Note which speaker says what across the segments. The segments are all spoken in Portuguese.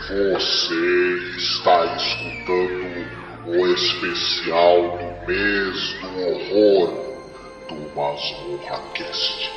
Speaker 1: Você está escutando o especial do mês do horror do MasmorraCast.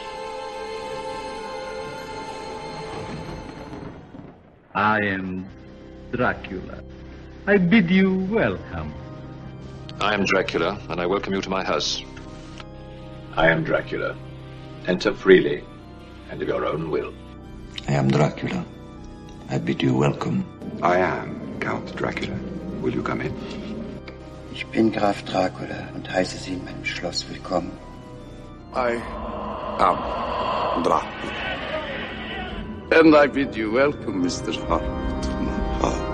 Speaker 2: I am Dracula. I bid you welcome.
Speaker 3: I am Dracula, and I welcome you to my house.
Speaker 4: I am Dracula. Enter freely, and of your own will.
Speaker 5: I am Dracula. I bid you welcome.
Speaker 6: I am Count Dracula. Will you come in?
Speaker 7: Ich bin Graf Dracula und heiße Sie in meinem Schloss willkommen.
Speaker 8: I am Dracula. And I bid you welcome, Mr. Hart, to my house.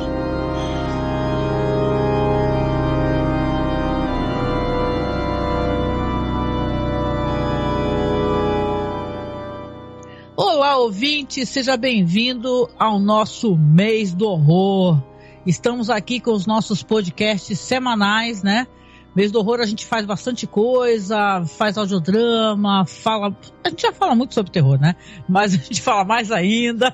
Speaker 9: Olá, ouvinte, seja bem-vindo ao nosso mês do horror. Estamos aqui com os nossos podcasts semanais, né? Mês do horror a gente faz bastante coisa, faz audiodrama, fala... A gente já fala muito sobre terror, né? Mas a gente fala mais ainda.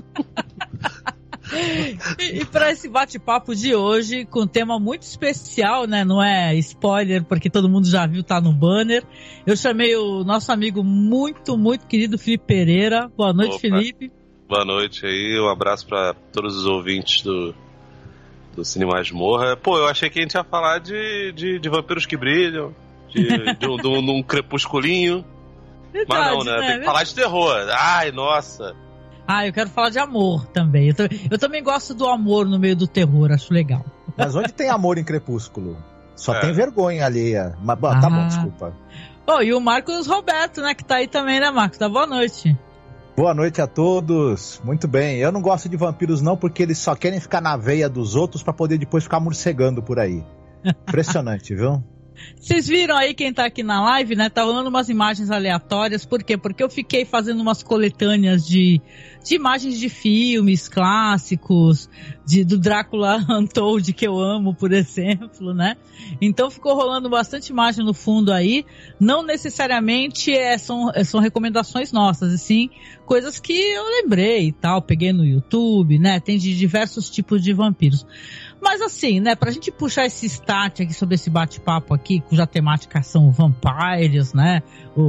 Speaker 9: E para esse bate-papo de hoje, com um tema muito especial, né? Não é spoiler, porque todo mundo já viu, tá no banner. Eu chamei o nosso amigo muito, muito querido Felipe Pereira. Boa noite, Opa. Felipe.
Speaker 10: Boa noite aí, um abraço para todos os ouvintes do Cine Masmorra. Pô, eu achei que a gente ia falar de vampiros que brilham, de um crepusculinho. Verdade, mas não, né? Tem que falar de terror. Ai, nossa.
Speaker 9: Ah, eu quero falar de amor também. Eu também gosto do amor no meio do terror, acho legal.
Speaker 11: Mas onde tem amor em Crepúsculo? Só tem vergonha alheia. Mas, tá bom, desculpa.
Speaker 9: Bom, e o Marcos Roberto, né, que tá aí também, né, Marcos? Tá, boa noite.
Speaker 11: Boa noite a todos. Muito bem. Eu não gosto de vampiros não, porque eles só querem ficar na veia dos outros pra poder depois ficar morcegando por aí. Impressionante, viu?
Speaker 9: Vocês viram aí quem tá aqui na live, né? Tá rolando umas imagens aleatórias. Por quê? Porque eu fiquei fazendo umas coletâneas de imagens de filmes clássicos, do Drácula Untold, que eu amo, por exemplo, né? Então ficou rolando bastante imagem no fundo aí. Não necessariamente são recomendações nossas, e sim coisas que eu lembrei e tal. Peguei no YouTube, né? Tem de diversos tipos de vampiros. Mas assim, né, pra gente puxar esse start aqui sobre esse bate-papo aqui, cuja temática são vampires, né,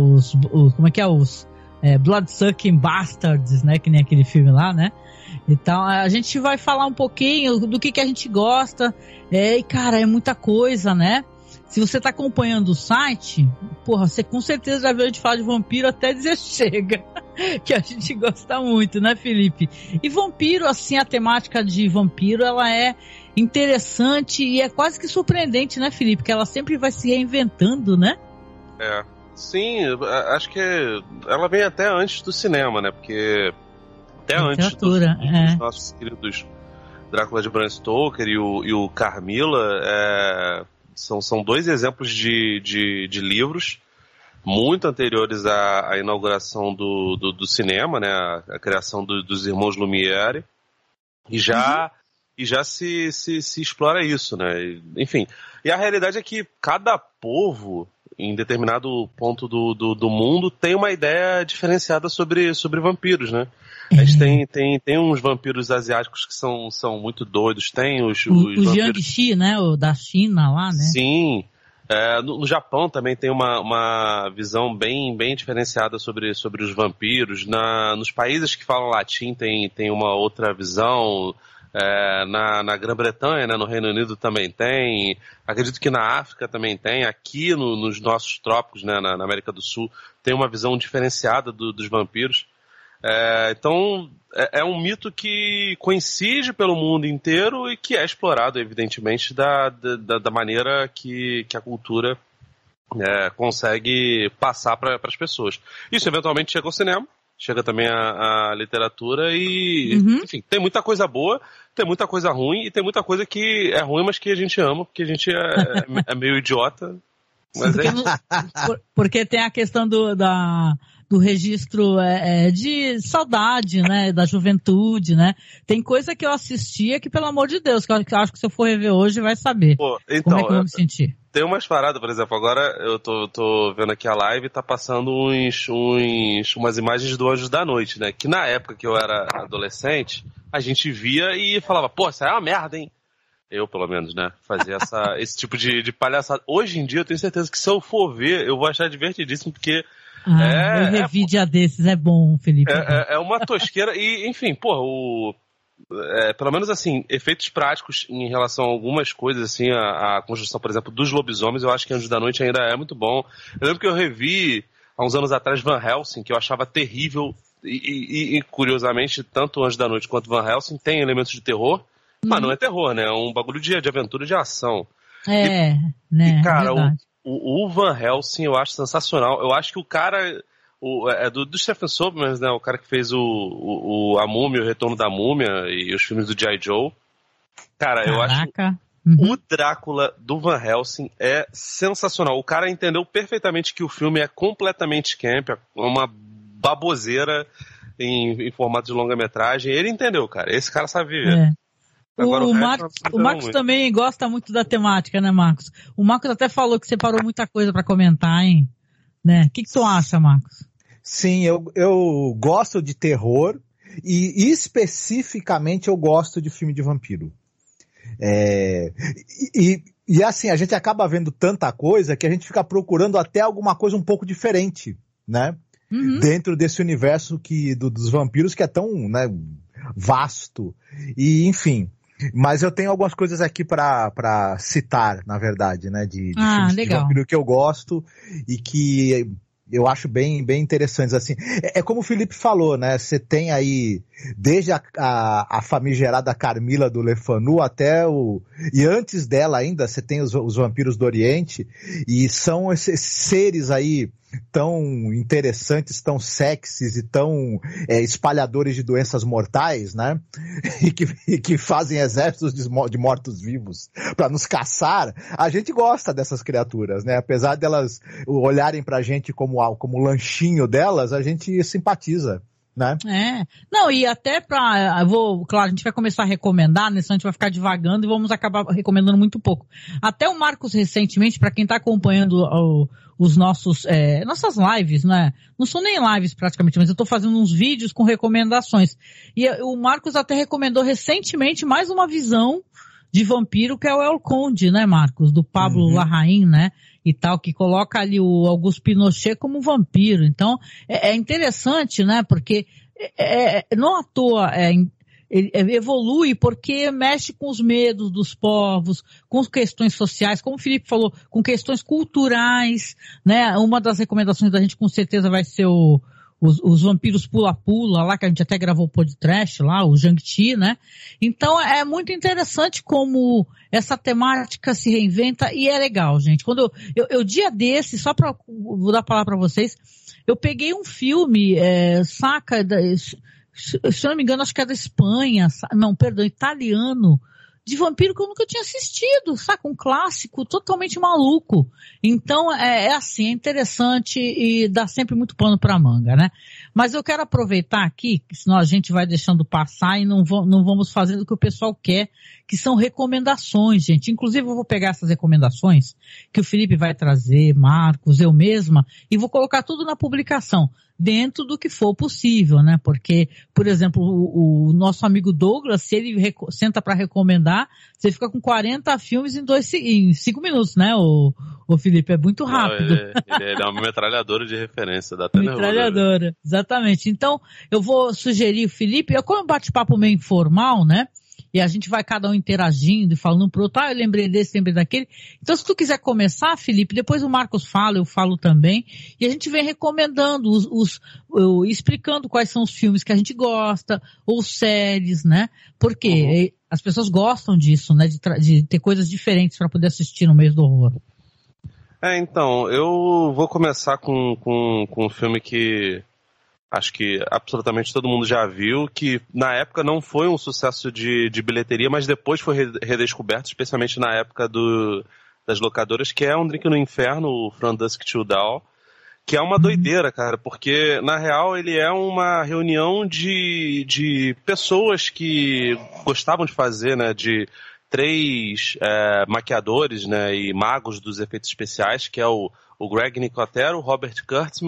Speaker 9: os Bloodsucking Bastards, né, que nem aquele filme lá, né, então a gente vai falar um pouquinho do que a gente gosta, e cara, é muita coisa, né. Se você tá acompanhando o site, porra, você com certeza já viu a gente falar de vampiro até dizer chega, que a gente gosta muito, né, Felipe? E vampiro, assim, a temática de vampiro, ela é interessante e é quase que surpreendente, né, Felipe? Que ela sempre vai se reinventando, né?
Speaker 10: É, sim, acho que ela vem até antes do cinema, né? Porque até antes dos nossos queridos Drácula de Bram Stoker e o Carmilla, são dois exemplos de livros muito anteriores à inauguração do cinema, né, a criação dos irmãos Lumière, e já se explora isso, né, enfim. E a realidade é que cada povo, em determinado ponto do mundo, tem uma ideia diferenciada sobre vampiros, né. A gente tem uns vampiros asiáticos que são muito doidos, tem os vampiros...
Speaker 9: Jiangxi, né, o da China lá, né.
Speaker 10: Sim. No Japão também tem uma visão bem diferenciada sobre os vampiros. Nos países que falam latim tem uma outra visão. Na Grã-Bretanha, né, no Reino Unido também tem. Acredito que na África também tem. Aqui nos nossos trópicos, né, na América do Sul, tem uma visão diferenciada dos vampiros. Então é um mito que coincide pelo mundo inteiro e que é explorado, evidentemente, da maneira que a cultura consegue passar para as pessoas. Isso eventualmente chega ao cinema, chega também à literatura e, enfim, tem muita coisa boa, tem muita coisa ruim e tem muita coisa que é ruim, mas que a gente ama, porque a gente é meio idiota. Mas
Speaker 9: porque tem a questão do registro de saudade, né, da juventude, né? Tem coisa que eu assistia que, pelo amor de Deus, que eu acho que se eu for rever hoje vai saber. Pô, então, como é que eu vou me sentir.
Speaker 10: Tem umas paradas, por exemplo, agora eu tô vendo aqui a live e tá passando umas imagens do Anjos da Noite, né? Que na época que eu era adolescente, a gente via e falava, pô, isso aí é uma merda, hein? Eu, pelo menos, né? Fazia esse tipo de palhaçada. Hoje em dia, eu tenho certeza que se eu for ver, eu vou achar divertidíssimo, porque...
Speaker 9: eu revi dia desses, é bom, Felipe.
Speaker 10: É uma tosqueira e, enfim, pô, pelo menos assim, efeitos práticos em relação a algumas coisas, assim, a construção, por exemplo, dos lobisomens, eu acho que Anjos da Noite ainda é muito bom. Eu lembro que eu revi, há uns anos atrás, Van Helsing, que eu achava terrível, e curiosamente, tanto Anjos da Noite quanto Van Helsing tem elementos de terror, mas não é terror, né? É um bagulho de aventura e de ação.
Speaker 9: Né?
Speaker 10: Cara, o Van Helsing eu acho sensacional. Eu acho que o cara... é do Stephen Sommers, né? O cara que fez a Múmia, o Retorno da Múmia e os filmes do G.I. Joe. Cara, eu acho o Drácula do Van Helsing é sensacional. O cara entendeu perfeitamente que o filme é completamente camp, é uma baboseira em formato de longa-metragem. Ele entendeu, cara. Esse cara sabe viver. Agora,
Speaker 9: o Marcos também gosta muito da temática, né, Marcos? O Marcos até falou que separou muita coisa pra comentar, hein? Né? O que tu acha, Marcos?
Speaker 11: Sim, eu gosto de terror e especificamente eu gosto de filme de vampiro. E assim, a gente acaba vendo tanta coisa que a gente fica procurando até alguma coisa um pouco diferente, né? Dentro desse universo dos vampiros que é tão, né, vasto. E, enfim... Mas eu tenho algumas coisas aqui pra citar, na verdade, né? De filmes de vampiro que eu gosto e que eu acho bem, bem interessantes, assim. É como o Felipe falou, né? Você tem aí, desde a famigerada Carmila do Le Fanu até e antes dela ainda, você tem os vampiros do Oriente, e são esses seres aí tão interessantes, tão sexys e tão espalhadores de doenças mortais, né? E que fazem exércitos de mortos-vivos para nos caçar. A gente gosta dessas criaturas, né? Apesar delas olharem pra gente como lanchinho delas, a gente simpatiza, né?
Speaker 9: Não, e até claro, a gente vai começar a recomendar, né? Senão a gente vai ficar divagando e vamos acabar recomendando muito pouco. Até o Marcos recentemente, para quem tá acompanhando os nossas lives, né? Não são nem lives praticamente, mas eu tô fazendo uns vídeos com recomendações. E o Marcos até recomendou recentemente mais uma visão de vampiro, que é o El Conde, né, Marcos? Do Pablo Larraín, né? E tal, que coloca ali o Augusto Pinochet como um vampiro. Então, é interessante, né? Porque não à toa ele evolui porque mexe com os medos dos povos, com questões sociais, como o Felipe falou, com questões culturais, né? Uma das recomendações da gente com certeza vai ser os vampiros pula-pula lá, que a gente até gravou o podcast lá, o Shang-Chi, né? Então é muito interessante como essa temática se reinventa e é legal, gente. Quando eu dia desse, vou dar a palavra pra vocês, eu peguei um filme, se eu não me engano, acho que é da Espanha, italiano, de vampiro que eu nunca tinha assistido, saca? Um clássico totalmente maluco. Então, assim, é interessante e dá sempre muito pano pra manga, né? Mas eu quero aproveitar aqui, senão a gente vai deixando passar e não vamos fazer o que o pessoal quer, que são recomendações, gente. Inclusive, eu vou pegar essas recomendações que o Felipe vai trazer, Marcos, eu mesma, e vou colocar tudo na publicação, dentro do que for possível, né? Porque, por exemplo, o nosso amigo Douglas, se ele senta para recomendar, você fica com 40 filmes em 5 minutos, né, o Felipe? É muito rápido.
Speaker 10: Ele é uma metralhadora de referência, dá até
Speaker 9: metralhadora, nervoso, né? Exatamente. Então, eu vou sugerir o Felipe, como é um bate-papo meio informal, né? E a gente vai cada um interagindo e falando pro outro, eu lembrei desse, lembrei daquele. Então, se tu quiser começar, Felipe, depois o Marcos fala, eu falo também, e a gente vem recomendando, explicando quais são os filmes que a gente gosta, ou séries, né? Porque as pessoas gostam disso, né? De ter coisas diferentes para poder assistir no mês do horror.
Speaker 10: Então, eu vou começar com um filme que acho que absolutamente todo mundo já viu, que na época não foi um sucesso de bilheteria, mas depois foi redescoberto, especialmente na época das locadoras, que é Um Drink no Inferno, o From Dusk Till Dawn, que é uma doideira, cara, porque na real ele é uma reunião de pessoas que gostavam de fazer, né, de 3 maquiadores, né, e magos dos efeitos especiais, que é o Greg Nicotero, o Robert Kurtzman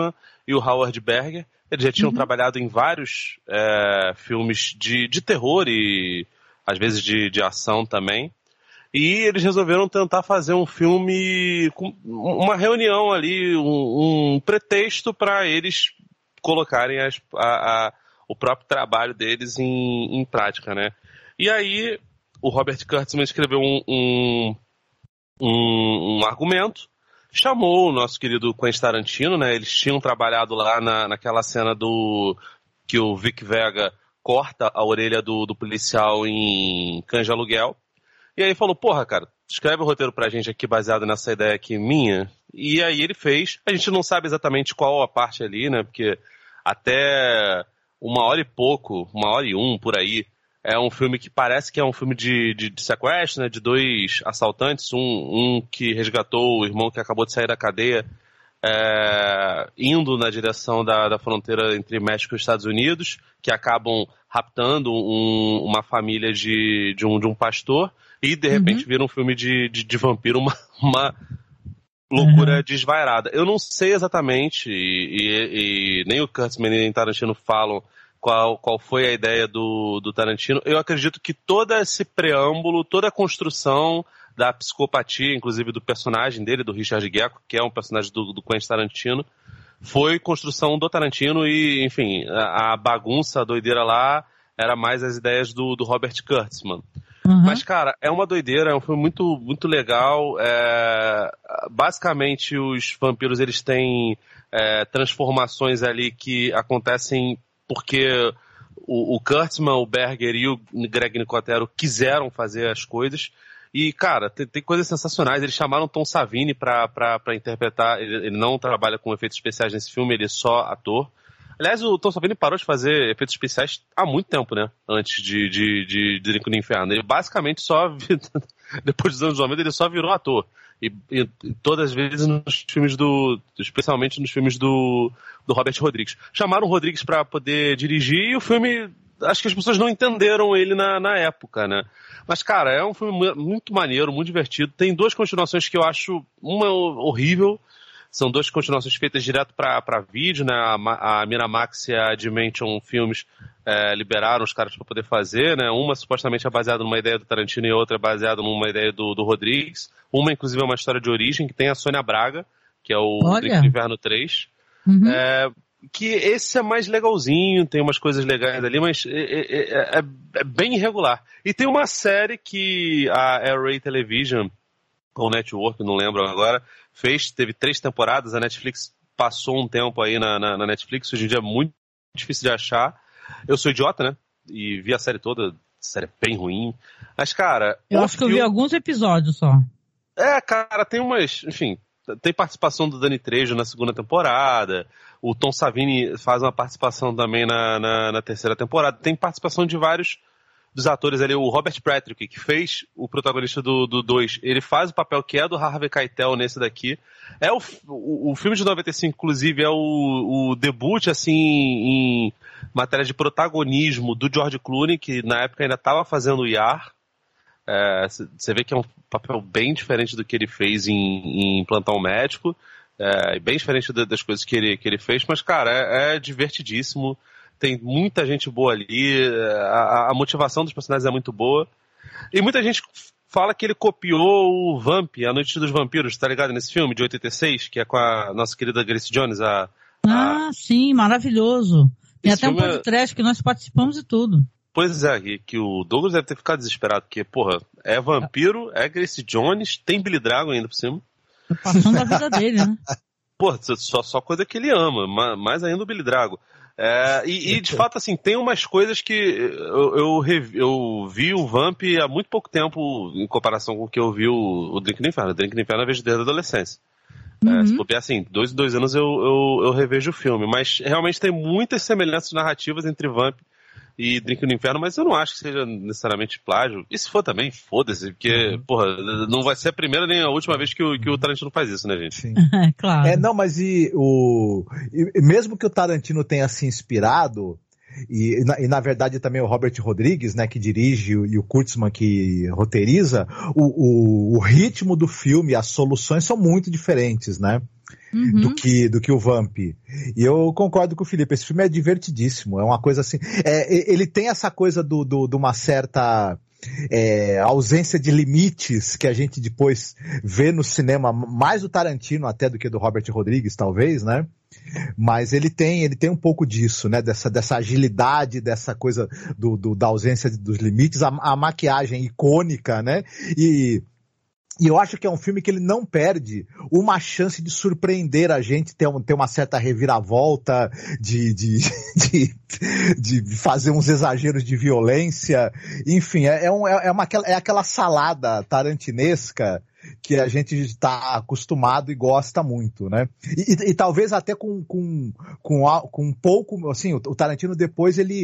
Speaker 10: e o Howard Berger. Eles já tinham trabalhado em vários filmes de terror e às vezes de ação também. E eles resolveram tentar fazer um filme com uma reunião ali, um pretexto para eles colocarem o próprio trabalho deles em prática, né? E aí o Robert Kurtzman escreveu um argumento, chamou o nosso querido Quentin Tarantino, né? Eles tinham trabalhado lá naquela cena que o Vic Vega corta a orelha do policial em Cães de Aluguel. E aí falou, porra, cara, escreve o roteiro pra gente aqui baseado nessa ideia aqui minha. E aí ele fez. A gente não sabe exatamente qual a parte ali, né? Porque até 1h e pouco, 1h01 por aí, é um filme que parece que é um filme de sequestro, né? De 2 assaltantes, um que resgatou o irmão que acabou de sair da cadeia, indo na direção da fronteira entre México e Estados Unidos, que acabam raptando uma família de um pastor. E, de repente, vira um filme de vampiro, uma loucura desvairada. Eu não sei exatamente, e nem o Kurtzman nem o Tarantino falam qual foi a ideia do Tarantino. Eu acredito que todo esse preâmbulo, toda a construção da psicopatia, inclusive do personagem dele, do Richard Gecko, que é um personagem do Quentin Tarantino, foi construção do Tarantino e, enfim, a bagunça, a doideira lá, era mais as ideias do Robert Kurtzman. Mas, cara, é uma doideira, é um filme muito, muito legal. Basicamente, os vampiros, eles têm transformações ali que acontecem porque o Kurtzman, o Berger e o Greg Nicotero quiseram fazer as coisas. E, cara, tem coisas sensacionais. Eles chamaram Tom Savini pra interpretar. Ele não trabalha com efeitos especiais nesse filme, ele é só ator. Aliás, o Tom Savini parou de fazer efeitos especiais há muito tempo, né? Antes de Drink no Inferno. Ele basicamente só, depois dos anos 90, ele só virou ator. E todas as vezes nos filmes especialmente nos filmes do Robert Rodrigues. Chamaram o Rodrigues pra poder dirigir e o filme, acho que as pessoas não entenderam ele na época, né? Mas, cara, é um filme muito maneiro, muito divertido. Tem 2 continuações que eu acho, uma horrível. São 2 continuações feitas direto para vídeo, né? A Miramax e a Dimension Filmes liberaram os caras para poder fazer, né? Uma supostamente é baseada numa ideia do Tarantino e outra é baseada numa ideia do Rodrigues. Uma, inclusive, é uma história de origem que tem a Sônia Braga, que é o Drink do Inverno 3. Que esse é mais legalzinho, tem umas coisas legais ali, mas é bem irregular. E tem uma série que a Array Television, ou Network, não lembro agora, teve 3 temporadas, a Netflix passou um tempo aí na Netflix, hoje em dia é muito difícil de achar. Eu sou idiota, né? E vi a série toda, a série é bem ruim. Mas, cara...
Speaker 9: Eu acho que eu vi alguns episódios só.
Speaker 10: Cara, tem umas... Enfim, tem participação do Danny Trejo na 2ª temporada, o Tom Savini faz uma participação também na 3ª temporada, tem participação de vários dos atores ali, o Robert Patrick, que fez o protagonista do 2, ele faz o papel que é do Harvey Keitel nesse daqui. O filme de 95, inclusive, é o debut, assim, em matéria de protagonismo do George Clooney, que na época ainda estava fazendo o Yar. Você vê que é um papel bem diferente do que ele fez em Plantão Médico, bem diferente das coisas que ele fez, mas, cara, é divertidíssimo. Tem muita gente boa ali, a motivação dos personagens é muito boa. E muita gente fala que ele copiou o Vamp, A Noite dos Vampiros, tá ligado? Nesse filme de 86, que é com a nossa querida Grace Jones.
Speaker 9: Sim, maravilhoso. Tem até um podcast que nós participamos e tudo.
Speaker 10: Pois é, que o Douglas deve ter ficado desesperado, porque, porra, é vampiro, é Grace Jones, tem Billy Drago ainda por cima.
Speaker 9: A paixão da vida dele, né?
Speaker 10: Porra, só coisa que ele ama, mais ainda o Billy Drago. E de fato, assim, tem umas coisas que eu vi o Vamp há muito pouco tempo em comparação com o que eu vi o Drink no Inferno. O Drink no Inferno eu vejo desde a adolescência. Se for assim, 2 em 2 anos eu revejo o filme. Mas realmente tem muitas semelhanças narrativas entre Vamp e Drink no Inferno, mas eu não acho que seja necessariamente plágio. E se for também, foda-se, porque, porra, não vai ser a primeira nem a última vez que o Tarantino faz isso, né, gente?
Speaker 11: Sim.
Speaker 9: Claro.
Speaker 11: Não, mas mesmo que o Tarantino tenha se inspirado, e na verdade também o Robert Rodrigues, né, que dirige, e o Kurtzman que roteiriza, o ritmo do filme, as soluções são muito diferentes, né? do que o Vamp. E eu concordo com o Felipe, esse filme é divertidíssimo, é uma coisa assim, ele tem essa coisa de uma certa ausência de limites que a gente depois vê no cinema, mais do Tarantino até do que do Robert Rodrigues, talvez, né? Mas ele tem um pouco disso, né? Dessa agilidade, dessa coisa da ausência dos limites, a maquiagem icônica, né? E eu acho que é um filme que ele não perde uma chance de surpreender a gente, ter uma certa reviravolta, de fazer uns exageros de violência. Enfim, é aquela salada tarantinesca que a gente está acostumado e gosta muito, né? E talvez até com um pouco, assim, o Tarantino depois ele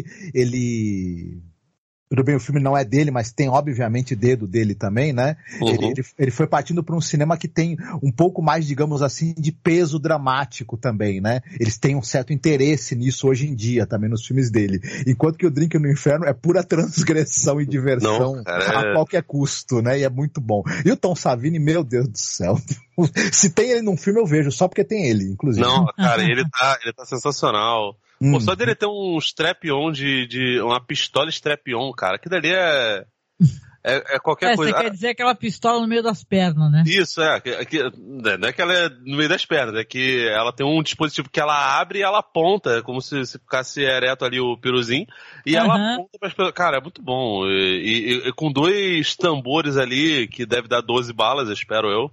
Speaker 11: tudo bem, o filme não é dele, mas tem obviamente dedo dele também, né? Ele foi partindo para um cinema que tem um pouco mais, digamos assim, de peso dramático também, né? Eles têm um certo interesse nisso hoje em dia também nos filmes dele. Enquanto que o Drink no Inferno é pura transgressão e diversão a qualquer custo, né? E é muito bom. E o Tom Savini, meu Deus do céu. Se tem ele num filme eu vejo, só porque tem ele, inclusive.
Speaker 10: Não, cara, ele tá sensacional. Pô, só dele ter um strap-on uma pistola strap-on, cara, que dali é qualquer coisa.
Speaker 9: Você quer dizer aquela pistola no meio das pernas, né?
Speaker 10: Isso, não é que ela é no meio das pernas, é que ela tem um dispositivo que ela abre e ela aponta, como se ficasse ereto ali o piruzinho, e ela aponta para as pessoas. Cara, é muito bom. E com 2 tambores ali, que deve dar 12 balas, espero eu,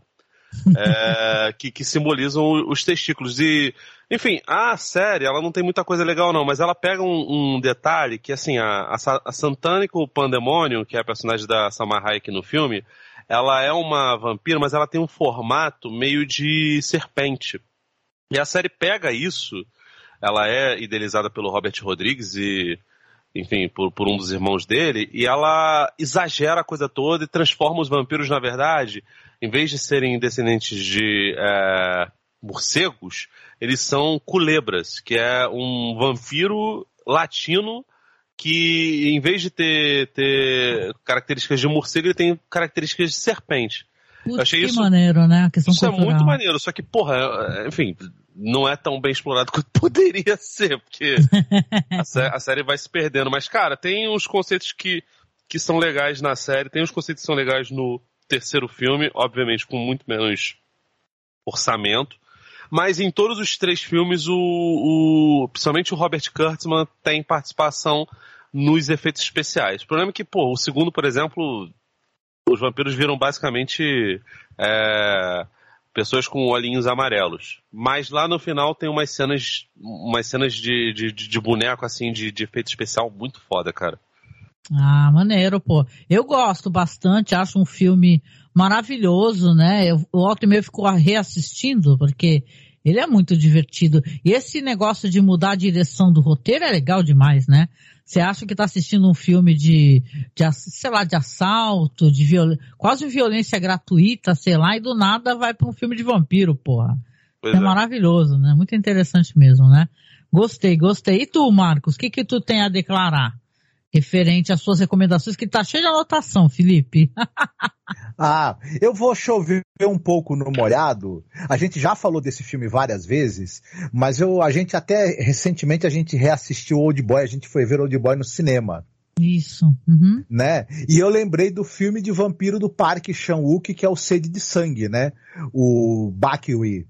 Speaker 10: que simbolizam os testículos. E enfim, a série, ela não tem muita coisa legal não, mas ela pega um detalhe que, assim, a Satânico Pandemonium, que é a personagem da Salma Hayek no filme, ela é uma vampira, mas ela tem um formato meio de serpente. E a série pega isso, ela é idealizada pelo Robert Rodrigues e, enfim, por um dos irmãos dele, e ela exagera a coisa toda e transforma os vampiros, na verdade, em vez de serem descendentes de morcegos, eles são culebras, que é um vampiro latino que, em vez de ter características de morcego, ele tem características de serpente.
Speaker 9: Putz, eu achei isso maneiro, né?
Speaker 10: Isso cultural. É muito maneiro, só que, porra, enfim, não é tão bem explorado quanto poderia ser, porque a série vai se perdendo. Mas, cara, tem uns conceitos que são legais na série, tem uns conceitos que são legais no terceiro filme, obviamente com muito menos orçamento. Mas em todos os 3 filmes, principalmente o Robert Kurtzman tem participação nos efeitos especiais. O problema é que, o segundo, por exemplo, os vampiros viram basicamente pessoas com olhinhos amarelos. Mas lá no final tem umas cenas de boneco, assim, de efeito especial muito foda, cara.
Speaker 9: Ah, maneiro, pô. Eu gosto bastante, acho um filme maravilhoso, né? O volta e meia ficou reassistindo, porque ele é muito divertido. E esse negócio de mudar a direção do roteiro é legal demais, né? Você acha que tá assistindo um filme de assalto, quase violência gratuita, sei lá, e do nada vai pra um filme de vampiro, porra. É maravilhoso, né? Muito interessante mesmo, né? Gostei. E tu, Marcos, o que tu tem a declarar referente às suas recomendações, que tá cheio de anotação, Felipe?
Speaker 11: Eu vou chover um pouco no molhado. A gente já falou desse filme várias vezes, mas a gente até recentemente reassistiu Old Boy, a gente foi ver Old Boy no cinema.
Speaker 9: Isso. Uhum.
Speaker 11: Né? E eu lembrei do filme de vampiro do Park Chan-wook, que é o Sede de Sangue, né? O Bakwi.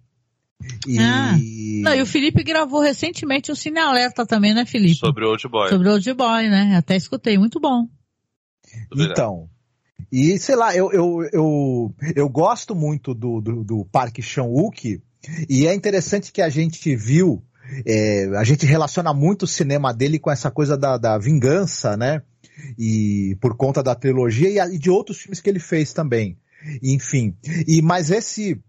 Speaker 9: E o Felipe gravou recentemente um Cine Alerta também, né, Felipe?
Speaker 10: Sobre Old Boy.
Speaker 9: Sobre Old Boy, né? Até escutei, muito bom.
Speaker 11: Então, e sei lá, eu gosto muito do Park Chan-wook, e é interessante que a gente viu, a gente relaciona muito o cinema dele com essa coisa da vingança, né? E por conta da trilogia e de outros filmes que ele fez também. Enfim, mas esse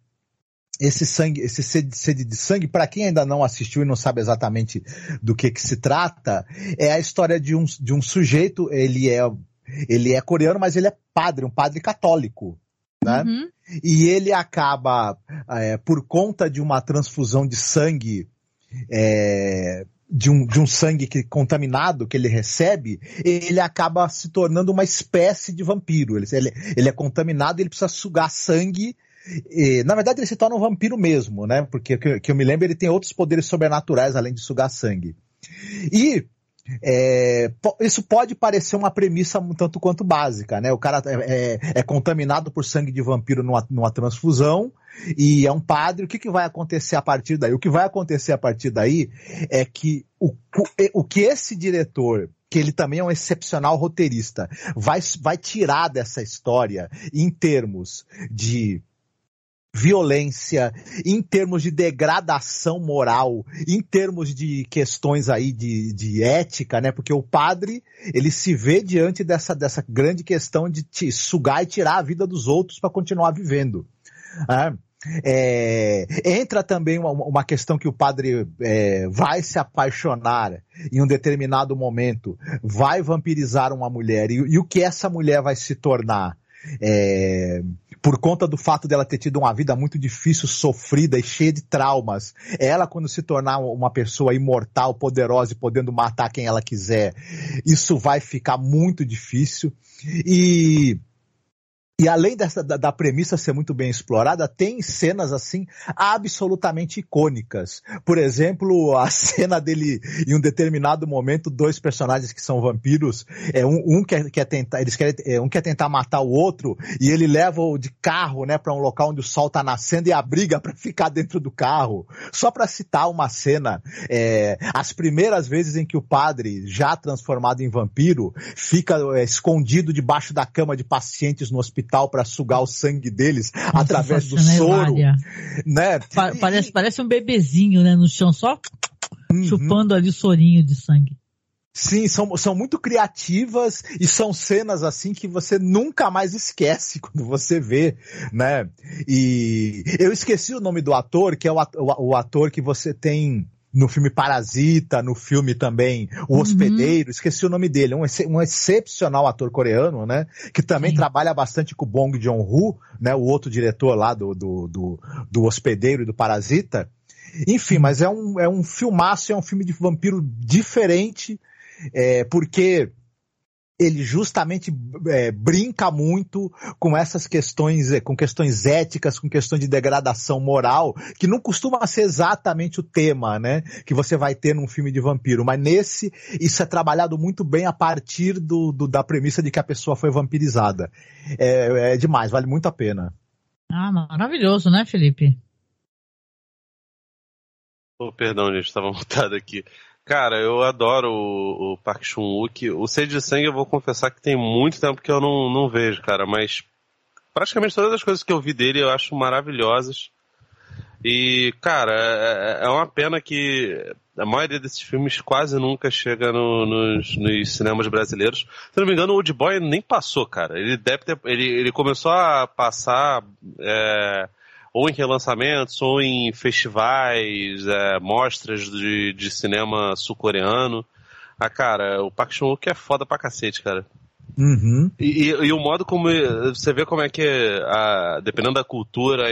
Speaker 11: Sede de Sangue, para quem ainda não assistiu e não sabe exatamente do que se trata, é a história de um sujeito, ele é coreano, mas ele é padre, um padre católico, né? Uhum. E ele acaba, por conta de uma transfusão de sangue, de um sangue contaminado que ele recebe, ele acaba se tornando uma espécie de vampiro. Ele é contaminado e ele precisa sugar sangue E, na verdade, ele se torna um vampiro mesmo, né? Porque, que eu me lembro, ele tem outros poderes sobrenaturais além de sugar sangue. E isso pode parecer uma premissa um tanto quanto básica, né? O cara é contaminado por sangue de vampiro numa transfusão e é um padre. O que vai acontecer a partir daí? O que vai acontecer a partir daí é que o que esse diretor, que ele também é um excepcional roteirista, vai tirar dessa história em termos de violência, em termos de degradação moral, em termos de questões aí de ética, né? Porque o padre, ele se vê diante dessa grande questão de sugar e tirar a vida dos outros para continuar vivendo. Entra também uma questão que o padre vai se apaixonar em um determinado momento, vai vampirizar uma mulher, e o que essa mulher vai se tornar? Por conta do fato dela ter tido uma vida muito difícil, sofrida e cheia de traumas, ela, quando se tornar uma pessoa imortal, poderosa e podendo matar quem ela quiser, isso vai ficar muito difícil. E além da premissa ser muito bem explorada, tem cenas assim absolutamente icônicas. Por exemplo, a cena dele, em um determinado momento, dois personagens que são vampiros, um quer tentar matar o outro, e ele leva-o de carro, né, para um local onde o sol está nascendo e a briga para ficar dentro do carro. Só para citar uma cena, as primeiras vezes em que o padre, já transformado em vampiro, fica escondido debaixo da cama de pacientes no hospital para sugar o sangue deles. Nossa, através do soro, né?
Speaker 9: Parece um bebezinho, né, no chão, só chupando ali o sorinho de sangue.
Speaker 11: Sim, são muito criativas e são cenas assim que você nunca mais esquece quando você vê, né? E eu esqueci o nome do ator, que é o ator que você tem no filme Parasita, no filme também O Hospedeiro, esqueci o nome dele, um excepcional ator coreano, né, que também trabalha bastante com o Bong Joon-ho, né, o outro diretor lá do Hospedeiro e do Parasita. Enfim, mas é um filmaço, é um filme de vampiro diferente, porque ele justamente brinca muito com essas questões, com questões éticas, com questões de degradação moral, que não costuma ser exatamente o tema, né, que você vai ter num filme de vampiro, mas nesse, isso é trabalhado muito bem a partir da premissa de que a pessoa foi vampirizada. É demais, vale muito a pena.
Speaker 9: Ah, maravilhoso, né, Felipe?
Speaker 10: Perdão, gente, estava mutado aqui. Cara, eu adoro o Park Chan-wook. O Sede de Sangue, eu vou confessar que tem muito tempo que eu não vejo, cara, mas praticamente todas as coisas que eu vi dele eu acho maravilhosas. E, cara, é uma pena que a maioria desses filmes quase nunca chega nos cinemas brasileiros. Se não me engano, o Old Boy nem passou, cara. Ele deve ter. Ele começou a passar. Ou em relançamentos, ou em festivais, mostras de cinema sul-coreano. Cara, o Park Chan-wook é foda pra cacete, cara.
Speaker 11: Uhum.
Speaker 10: E o modo como você vê como é que, dependendo da cultura,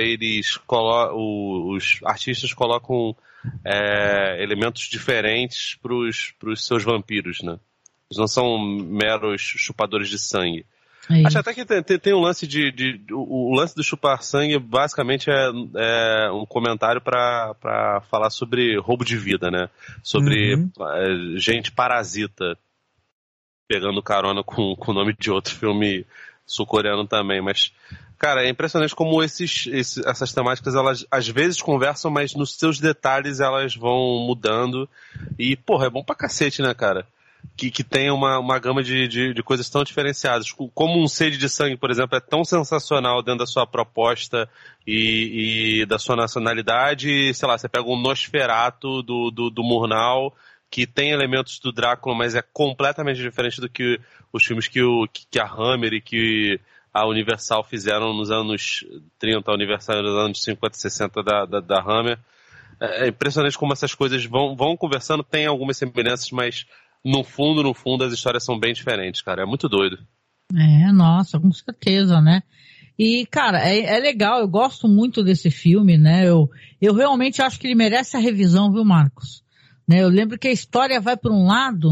Speaker 10: os artistas colocam elementos diferentes pros seus vampiros, né? Eles não são meros chupadores de sangue. Acho até que tem um lance o lance do chupar sangue basicamente é um comentário para falar sobre roubo de vida, né? Sobre gente parasita pegando carona com o nome de outro filme sul-coreano também, mas cara, é impressionante como essas temáticas, elas às vezes conversam, mas nos seus detalhes elas vão mudando e, porra, é bom pra cacete, né, cara? Que tem uma gama de coisas tão diferenciadas. Como um Sede de Sangue, por exemplo, é tão sensacional dentro da sua proposta e da sua nacionalidade. Sei lá, você pega um Nosferatu do Murnau, que tem elementos do Drácula, mas é completamente diferente do que os filmes que a Hammer e que a Universal fizeram nos anos 30, a Universal nos anos 50 e 60 da Hammer. É impressionante como essas coisas vão conversando, tem algumas semelhanças, mas no fundo, as histórias são bem diferentes, cara. É muito doido.
Speaker 9: Nossa, com certeza, né? E, cara, é legal, eu gosto muito desse filme, né? Eu realmente acho que ele merece a revisão, viu, Marcos? Né? Eu lembro que a história vai por um lado,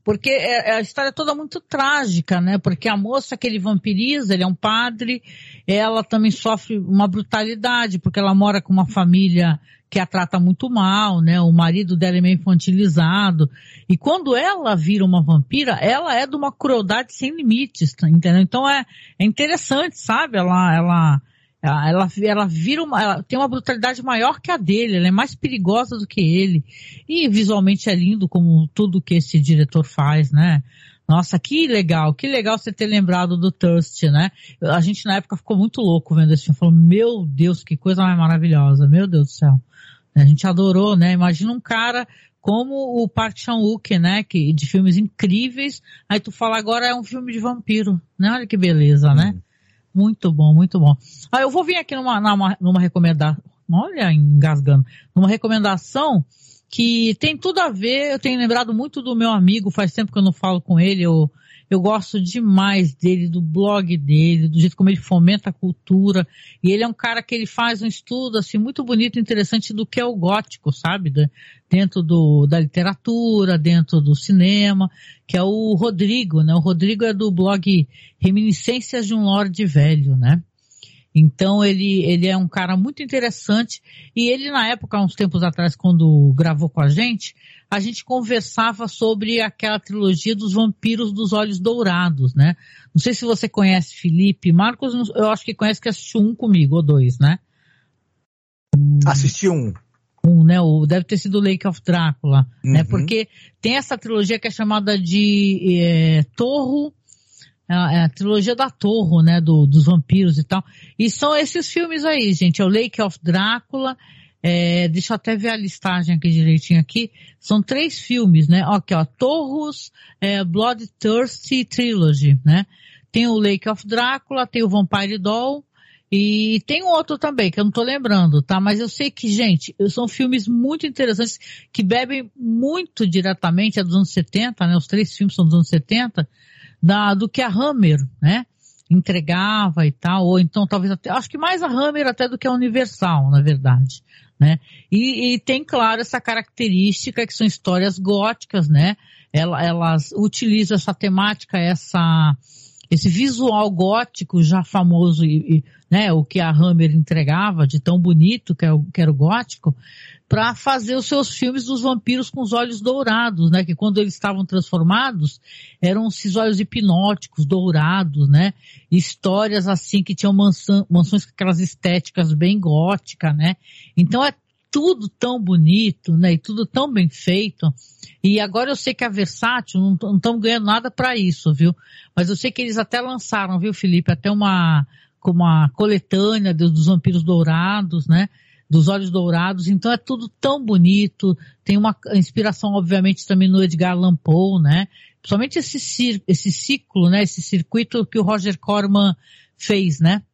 Speaker 9: Porque a história é toda muito trágica, né? Porque a moça que ele vampiriza, ele é um padre, ela também sofre uma brutalidade, porque ela mora com uma família que a trata muito mal, né? O marido dela é meio infantilizado. E quando ela vira uma vampira, ela é de uma crueldade sem limites, entendeu? Então é interessante, sabe? Ela vira ela tem uma brutalidade maior que a dele, ela é mais perigosa do que ele. E visualmente é lindo como tudo que esse diretor faz, né? Nossa, que legal você ter lembrado do Thirst, né? A gente na época ficou muito louco vendo esse filme, falou, meu Deus, que coisa mais maravilhosa, meu Deus do céu. A gente adorou, né? Imagina um cara como o Park Chan-wook, né? Que, de filmes incríveis, aí tu fala agora é um filme de vampiro, né? Olha que beleza, né? Muito bom, muito bom. Eu vou vir aqui numa recomendação, olha, engasgando, numa recomendação que tem tudo a ver, eu tenho lembrado muito do meu amigo, faz tempo que eu não falo com ele, eu gosto demais dele, do blog dele, do jeito como ele fomenta a cultura, e ele é um cara que ele faz um estudo, assim, muito bonito e interessante do que é o gótico, sabe? Dentro da literatura, dentro do cinema, que é o Rodrigo, né? O Rodrigo é do blog Reminiscências de um Lorde Velho, né? Então ele é um cara muito interessante, e ele na época, há uns tempos atrás, quando gravou com a gente conversava sobre aquela trilogia dos vampiros dos olhos dourados, né? Não sei se você conhece, Felipe. Marcos, eu acho que conhece, que assistiu um comigo, ou dois, né?
Speaker 11: Assisti um.
Speaker 9: Né? Deve ter sido o Lake of Drácula, né? Porque tem essa trilogia que é chamada de Torro, a trilogia da Torro, né? Dos vampiros e tal. E são esses filmes aí, gente. É o Lake of Drácula. Deixa eu até ver a listagem aqui direitinho aqui. São 3 filmes, né? Aqui, ó. Torros, Bloodthirsty Trilogy, né? Tem o Lake of Drácula, tem o Vampire Doll, e tem um outro também, que eu não tô lembrando, tá? Mas eu sei que, gente, são filmes muito interessantes, que bebem muito diretamente, é dos anos 70, né? Os 3 filmes são dos anos 70, do que a Hammer, né? Entregava e tal, ou então talvez até, acho que mais a Hammer até do que a Universal, na verdade, né? E tem, claro, essa característica que são histórias góticas, né? Elas utilizam essa temática, esse visual gótico já famoso, né? O que a Hammer entregava de tão bonito que era o gótico, para fazer os seus filmes dos vampiros com os olhos dourados, né? Que quando eles estavam transformados, eram esses olhos hipnóticos, dourados, né? Histórias assim que tinham mansões com aquelas estéticas bem góticas, né? Então é tudo tão bonito, né? E tudo tão bem feito. E agora eu sei que a Versátil não estão ganhando nada para isso, viu? Mas eu sei que eles até lançaram, viu, Felipe? Até uma coletânea dos vampiros dourados, né? Dos olhos dourados, então é tudo tão bonito, tem uma inspiração obviamente também no Edgar Allan Poe, né? Principalmente esse ciclo, né? Esse circuito que o Roger Corman fez, né?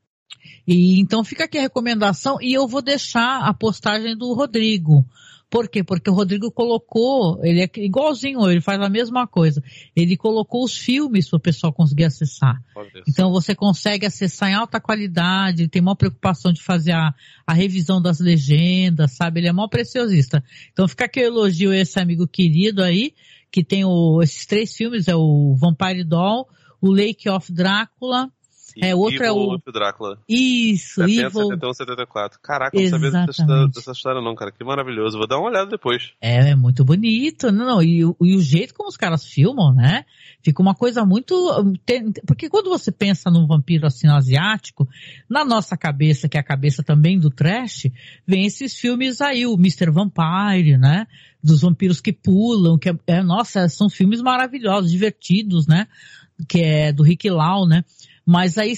Speaker 9: E então fica aqui a recomendação, e eu vou deixar a postagem do Rodrigo. Por quê? Porque o Rodrigo colocou, ele é igualzinho, ele faz a mesma coisa. Ele colocou os filmes para o pessoal conseguir acessar. Então você consegue acessar em alta qualidade, ele tem maior preocupação de fazer a revisão das legendas, sabe? Ele é maior preciosista. Então fica aqui o elogio a esse amigo querido aí, que tem esses 3 filmes, é o Vampire Doll, o Lake of Drácula, outro
Speaker 10: Evil,
Speaker 9: é o
Speaker 10: Drácula.
Speaker 9: Isso,
Speaker 10: 70,
Speaker 9: Evil.
Speaker 10: 71, 74. Caraca, eu não sabia dessa história não, cara. Que maravilhoso. Vou dar uma olhada depois.
Speaker 9: É muito bonito. Não, e o jeito como os caras filmam, né? Fica uma coisa muito... Porque quando você pensa num vampiro assim asiático, na nossa cabeça, que é a cabeça também do trash, vem esses filmes aí, o Mr. Vampire, né? Dos vampiros que pulam, nossa, são filmes maravilhosos, divertidos, né? Que é do Rick Lau, né? Mas aí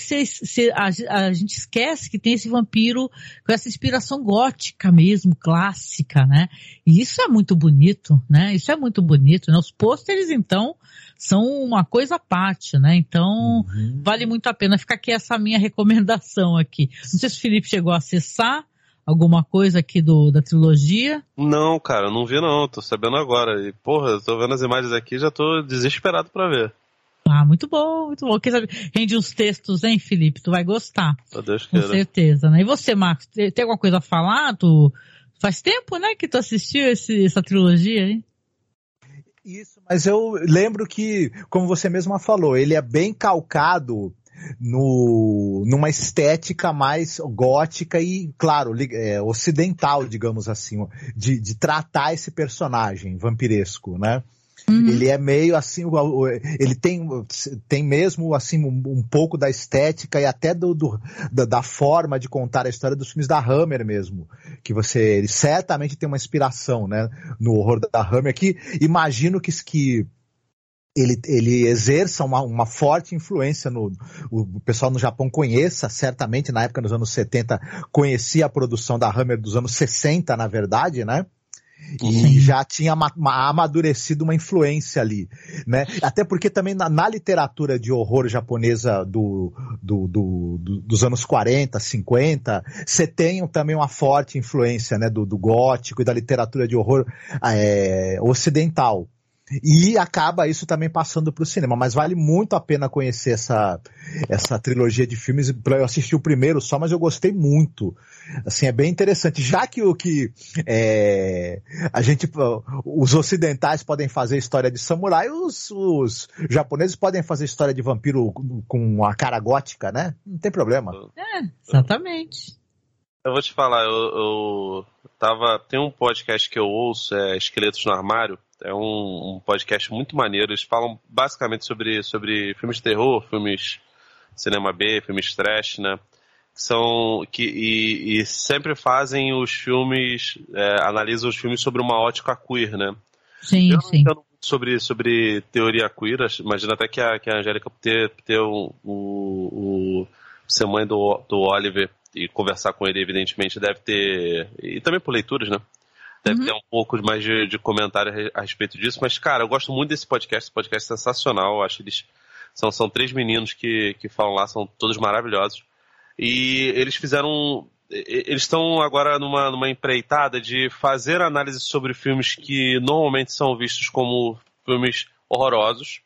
Speaker 9: a gente esquece que tem esse vampiro com essa inspiração gótica mesmo, clássica, né? E isso é muito bonito, né? Isso é muito bonito, né? Os pôsteres, então, são uma coisa à parte, né? Então, vale muito a pena. Fica aqui essa minha recomendação aqui. Não sei se o Felipe chegou a acessar alguma coisa aqui da trilogia.
Speaker 10: Não, cara, não vi não. Tô sabendo agora. E, porra, tô vendo as imagens aqui e já tô desesperado pra ver.
Speaker 9: Ah, muito bom, muito bom. Quem sabe, rende uns textos, hein, Felipe? Tu vai gostar.
Speaker 10: Deus
Speaker 9: com certeza, né? E você, Marcos, tem alguma coisa a falar? Faz tempo, né, que tu assistiu essa trilogia, hein?
Speaker 11: Isso, mas eu lembro que, como você mesma falou, ele é bem calcado numa estética mais gótica e, claro, ocidental, digamos assim, de tratar esse personagem vampiresco, né? Ele é meio assim, ele tem mesmo assim um pouco da estética e até da forma de contar a história dos filmes da Hammer mesmo, que ele certamente tem uma inspiração, né, no horror da Hammer, que imagino que ele exerça uma forte influência o pessoal no Japão conheça, certamente na época dos anos 70 conhecia a produção da Hammer dos anos 60, na verdade, né? E já tinha amadurecido uma influência ali, né? Até porque também na literatura de horror japonesa dos anos 40, 50, você tem também uma forte influência, né, do gótico e da literatura de horror ocidental. E acaba isso também passando para o cinema, mas vale muito a pena conhecer essa trilogia de filmes. Eu assisti o primeiro só, mas eu gostei muito. Assim, é bem interessante. Já que os ocidentais podem fazer história de samurai, os japoneses podem fazer história de vampiro com a cara gótica, né? Não tem problema.
Speaker 9: Exatamente.
Speaker 10: Eu vou te falar, tem um podcast que eu ouço, Esqueletos no Armário. É um podcast muito maneiro. Eles falam basicamente sobre filmes de terror, filmes cinema B, filmes trash, né? E sempre fazem os filmes, analisam os filmes sobre uma ótica queer, né?
Speaker 9: Sim,
Speaker 10: eu não
Speaker 9: sim.
Speaker 10: entendo muito sobre teoria queer. Imagino até que a Angélica, ter ser mãe do Oliver e conversar com ele, evidentemente, deve ter... E também por leituras, né? Deve ter um pouco mais de comentário a respeito disso, mas, cara, eu gosto muito desse podcast. Esse podcast é sensacional. Eu acho que eles são 3 meninos que falam lá, são todos maravilhosos. E eles estão agora numa empreitada de fazer análise sobre filmes que normalmente são vistos como filmes horrorosos.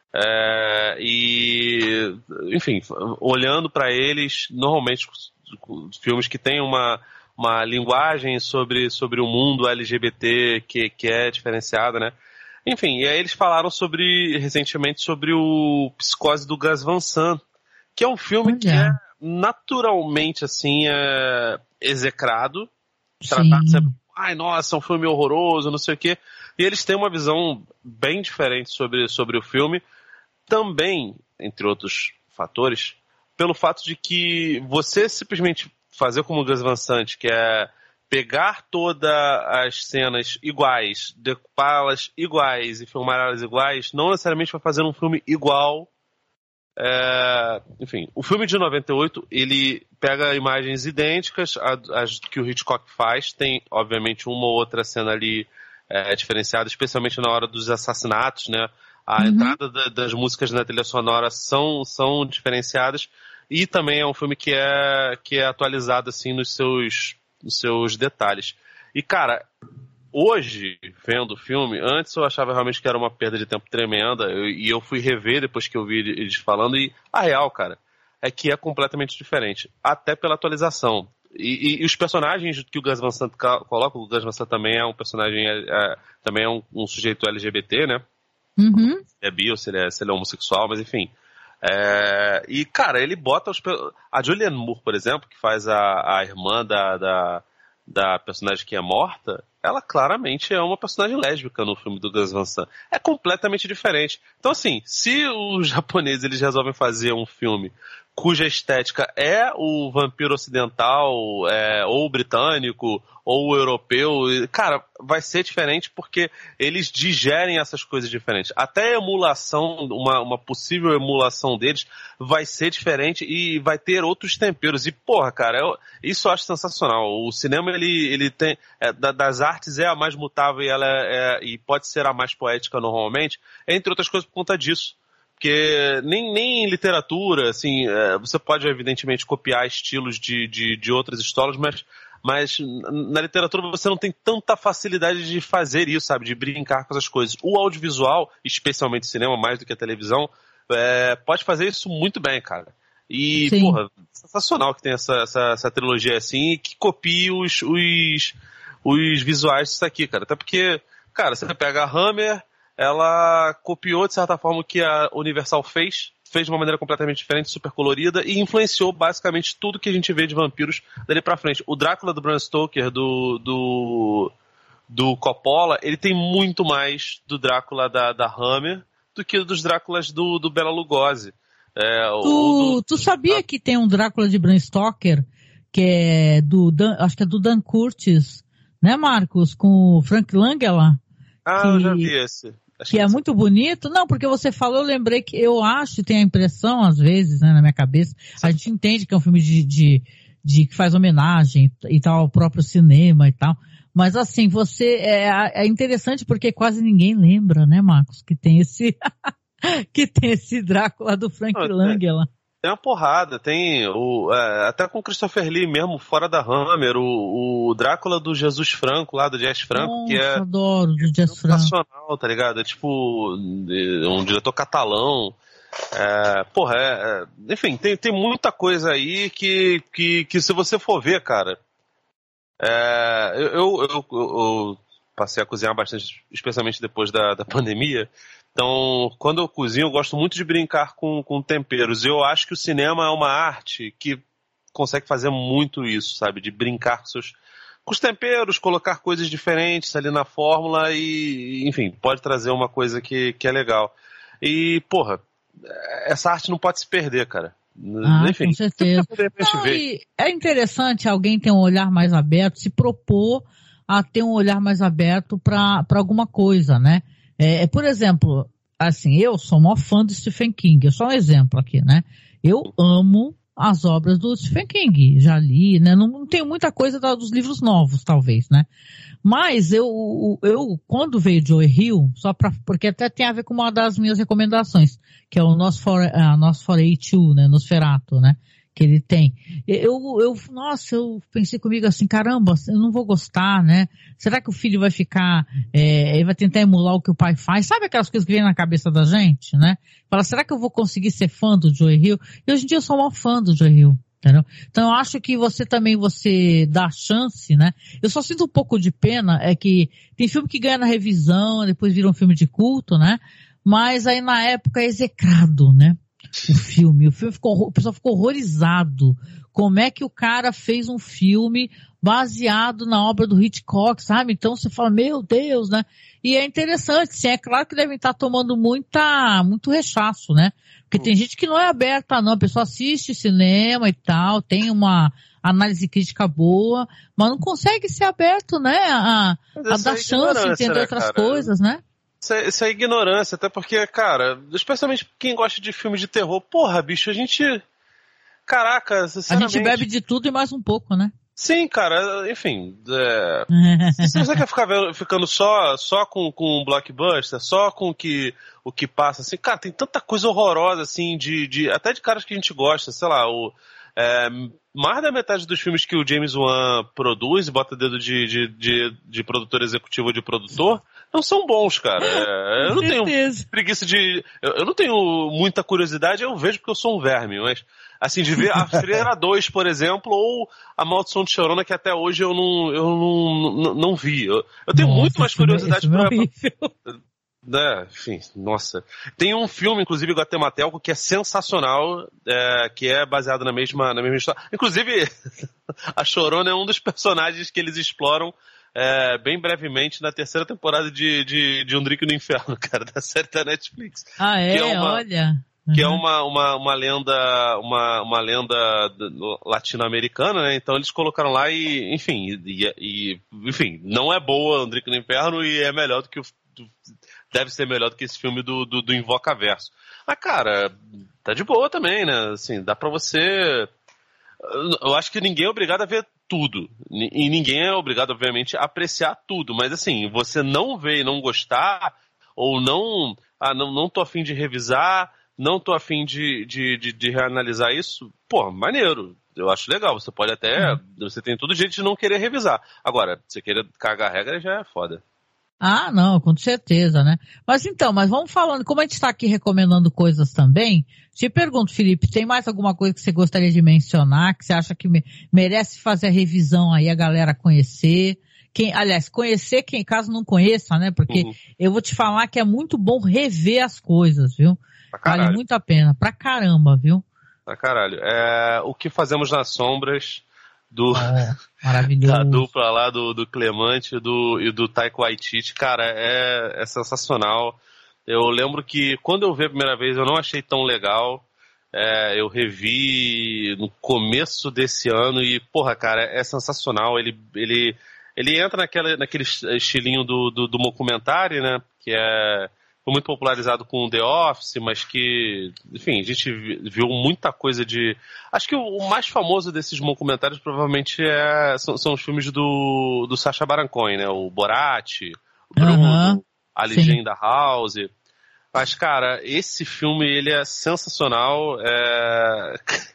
Speaker 10: Enfim, olhando para eles, normalmente filmes que têm uma linguagem sobre o mundo LGBT que é diferenciada, né? Enfim, e aí eles falaram recentemente sobre o Psicose do Gus Van Sant, que é um filme que é naturalmente, assim, execrado, tratado sempre, ai, nossa, é um filme horroroso, não sei o quê, e eles têm uma visão bem diferente sobre o filme, também, entre outros fatores, pelo fato de que você simplesmente fazer como o Gus Van Sant, que é pegar todas as cenas iguais, decupá-las iguais e filmar elas iguais, não necessariamente vai fazer um filme igual. Enfim, o filme de 98, ele pega imagens idênticas às que o Hitchcock faz, tem, obviamente, uma ou outra cena ali diferenciada, especialmente na hora dos assassinatos, né? A entrada das músicas na trilha sonora são diferenciadas. E também é um filme que é atualizado, assim, nos seus detalhes. E, cara, hoje, vendo o filme, antes eu achava realmente que era uma perda de tempo tremenda, e eu fui rever depois que eu vi eles falando, e a real, cara, é que é completamente diferente, até pela atualização. E os personagens que o Gus Van Sant coloca, o Gus Van Sant também é um personagem, também é um sujeito LGBT, né? É bi ou se ele é homossexual, mas enfim... E, cara, ele bota a Julianne Moore, por exemplo, que faz a irmã da personagem que é morta, ela claramente é uma personagem lésbica no filme do Gus Van Sant. É completamente diferente. Então, assim, se os japoneses eles resolvem fazer um filme cuja estética é o vampiro ocidental, ou britânico, ou europeu, cara, vai ser diferente porque eles digerem essas coisas diferentes. Até a emulação, uma possível emulação deles vai ser diferente e vai ter outros temperos. E, porra, cara, isso eu acho sensacional. O cinema, ele tem... das artes é a mais mutável e pode ser a mais poética normalmente, entre outras coisas por conta disso. Porque nem em literatura, assim, você pode evidentemente copiar estilos de outras histórias, mas na literatura você não tem tanta facilidade de fazer isso, sabe, de brincar com essas coisas. O audiovisual, especialmente o cinema, mais do que a televisão, pode fazer isso muito bem, cara. E, sim, porra, sensacional que tem essa trilogia assim, e que copie os visuais disso aqui, cara. Até porque, cara, você pega a Hammer... ela copiou, de certa forma, o que a Universal fez de uma maneira completamente diferente, super colorida, e influenciou basicamente tudo que a gente vê de vampiros dali pra frente. O Drácula do Bram Stoker, do Coppola, ele tem muito mais do Drácula da Hammer do que dos Dráculas do Bela Lugosi.
Speaker 9: Tu sabia que tem um Drácula de Bram Stoker, que é acho que é do Dan Curtis, né, Marcos? Com o Frank Langella.
Speaker 10: Eu já vi esse.
Speaker 9: Que é muito bonito. Não, porque você falou, eu lembrei que eu acho, tem a impressão, às vezes, né, na minha cabeça, a gente entende que é um filme que faz homenagem e tal ao próprio cinema e tal. Mas assim, é interessante porque quase ninguém lembra, né, Marcos, que tem esse Drácula do Frank Langella.
Speaker 10: Tem uma porrada, tem até com o Christopher Lee mesmo, fora da Hammer, o Drácula do Jesus Franco, lá do Jess Franco, que é...
Speaker 9: adoro, do Jess Franco.
Speaker 10: Nacional, tá ligado? É tipo um diretor catalão. Enfim, tem muita coisa aí que se você for ver, cara... Eu passei a cozinhar bastante, especialmente depois da pandemia. Então, quando eu cozinho, eu gosto muito de brincar com temperos. Eu acho que o cinema é uma arte que consegue fazer muito isso, sabe? De brincar com os temperos, colocar coisas diferentes ali na fórmula e, enfim, pode trazer uma coisa que é legal. E, porra, essa arte não pode se perder, cara. Enfim,
Speaker 9: com certeza. É interessante alguém ter um olhar mais aberto, se propor a ter um olhar mais aberto para alguma coisa, né? Por exemplo, assim, eu sou maior fã do Stephen King, é só um exemplo aqui, né? Eu amo as obras do Stephen King, já li, né? Não tenho muita coisa dos livros novos, talvez, né? Mas eu quando veio Joe Hill, porque até tem a ver com uma das minhas recomendações, que é o Nosferatu, né? Nosferatu, né? Que ele tem. Eu pensei comigo assim, caramba, eu não vou gostar, né? Será que o filho vai ficar, ele vai tentar emular o que o pai faz? Sabe aquelas coisas que vem na cabeça da gente, né? Fala, será que eu vou conseguir ser fã do Joe Hill? E hoje em dia eu sou uma fã do Joe Hill, entendeu? Então eu acho que você dá chance, né? Eu só sinto um pouco de pena, é que tem filme que ganha na revisão, depois vira um filme de culto, né? Mas aí na época é execrado, né? O pessoal ficou horrorizado. Como é que o cara fez um filme baseado na obra do Hitchcock, sabe? Então você fala, meu Deus, né? E é interessante, sim, é claro que devem estar tomando muito rechaço, né? Porque tem gente que não é aberta, não. A pessoa assiste cinema e tal, tem uma análise crítica boa, mas não consegue ser aberto, né? A dar chance, entender outras coisas, né?
Speaker 10: Isso é ignorância, até porque, cara, especialmente quem gosta de filme de terror, porra, bicho, a gente... Caraca, sinceramente...
Speaker 9: A gente bebe de tudo e mais um pouco, né?
Speaker 10: Sim, cara, enfim... Se você quer ficando só com blockbuster, só com o que passa, assim, cara, tem tanta coisa horrorosa, assim, até de caras que a gente gosta, sei lá, mais da metade dos filmes que o James Wan produz e bota dedo de produtor executivo ou de produtor não são bons, cara. Eu não tenho preguiça eu não tenho muita curiosidade, eu vejo porque eu sou um verme, mas assim, de ver a Freira 2, por exemplo, ou a Maldição de Chorona, que até hoje eu não vi. Eu tenho muito mais curiosidade enfim, nossa. Tem um filme, inclusive, Guatemateco, que é sensacional, que é baseado na mesma história. Inclusive, a Chorona é um dos personagens que eles exploram bem brevemente na terceira temporada de Um Drink no Inferno, cara, da série da Netflix.
Speaker 9: Olha...
Speaker 10: Que é uma lenda latino-americana, né? Então eles colocaram lá e, enfim, não é boa Um Drink no Inferno e é melhor do que deve ser melhor do que esse filme do Invocaverso. Mas, cara, tá de boa também, né? Assim, dá pra você... Eu acho que ninguém é obrigado a ver tudo. E ninguém é obrigado, obviamente, a apreciar tudo. Mas, assim, você não ver e não gostar, ou não tô a fim de revisar, não tô a fim de reanalisar isso, pô, maneiro. Eu acho legal. Você pode até... Você tem todo jeito de não querer revisar. Agora, você querer cagar a regra já é foda.
Speaker 9: Ah, não, com certeza, né? Mas vamos falando, como a gente está aqui recomendando coisas também, te pergunto, Felipe, tem mais alguma coisa que você gostaria de mencionar, que você acha que merece fazer a revisão aí, a galera conhecer, conhecer quem, caso não conheça, né? Porque eu vou te falar que é muito bom rever as coisas, viu? Vale muito a pena, pra caramba, viu?
Speaker 10: Pra caralho. O que fazemos nas sombras
Speaker 9: maravilhoso.
Speaker 10: da dupla lá do Clemante e do Taika Waititi, cara, é sensacional. Eu lembro que quando eu vi a primeira vez eu não achei tão legal. Eu revi no começo desse ano e, porra, cara, é sensacional. Ele entra naquele estilinho do documentário, né? Que foi muito popularizado com The Office, mas que, enfim, a gente viu muita coisa de... Acho que o mais famoso desses documentários provavelmente são os filmes do Sacha Baron Cohen, né? O Borat, o Bruno, a Legenda House. Mas, cara, esse filme, ele é sensacional. É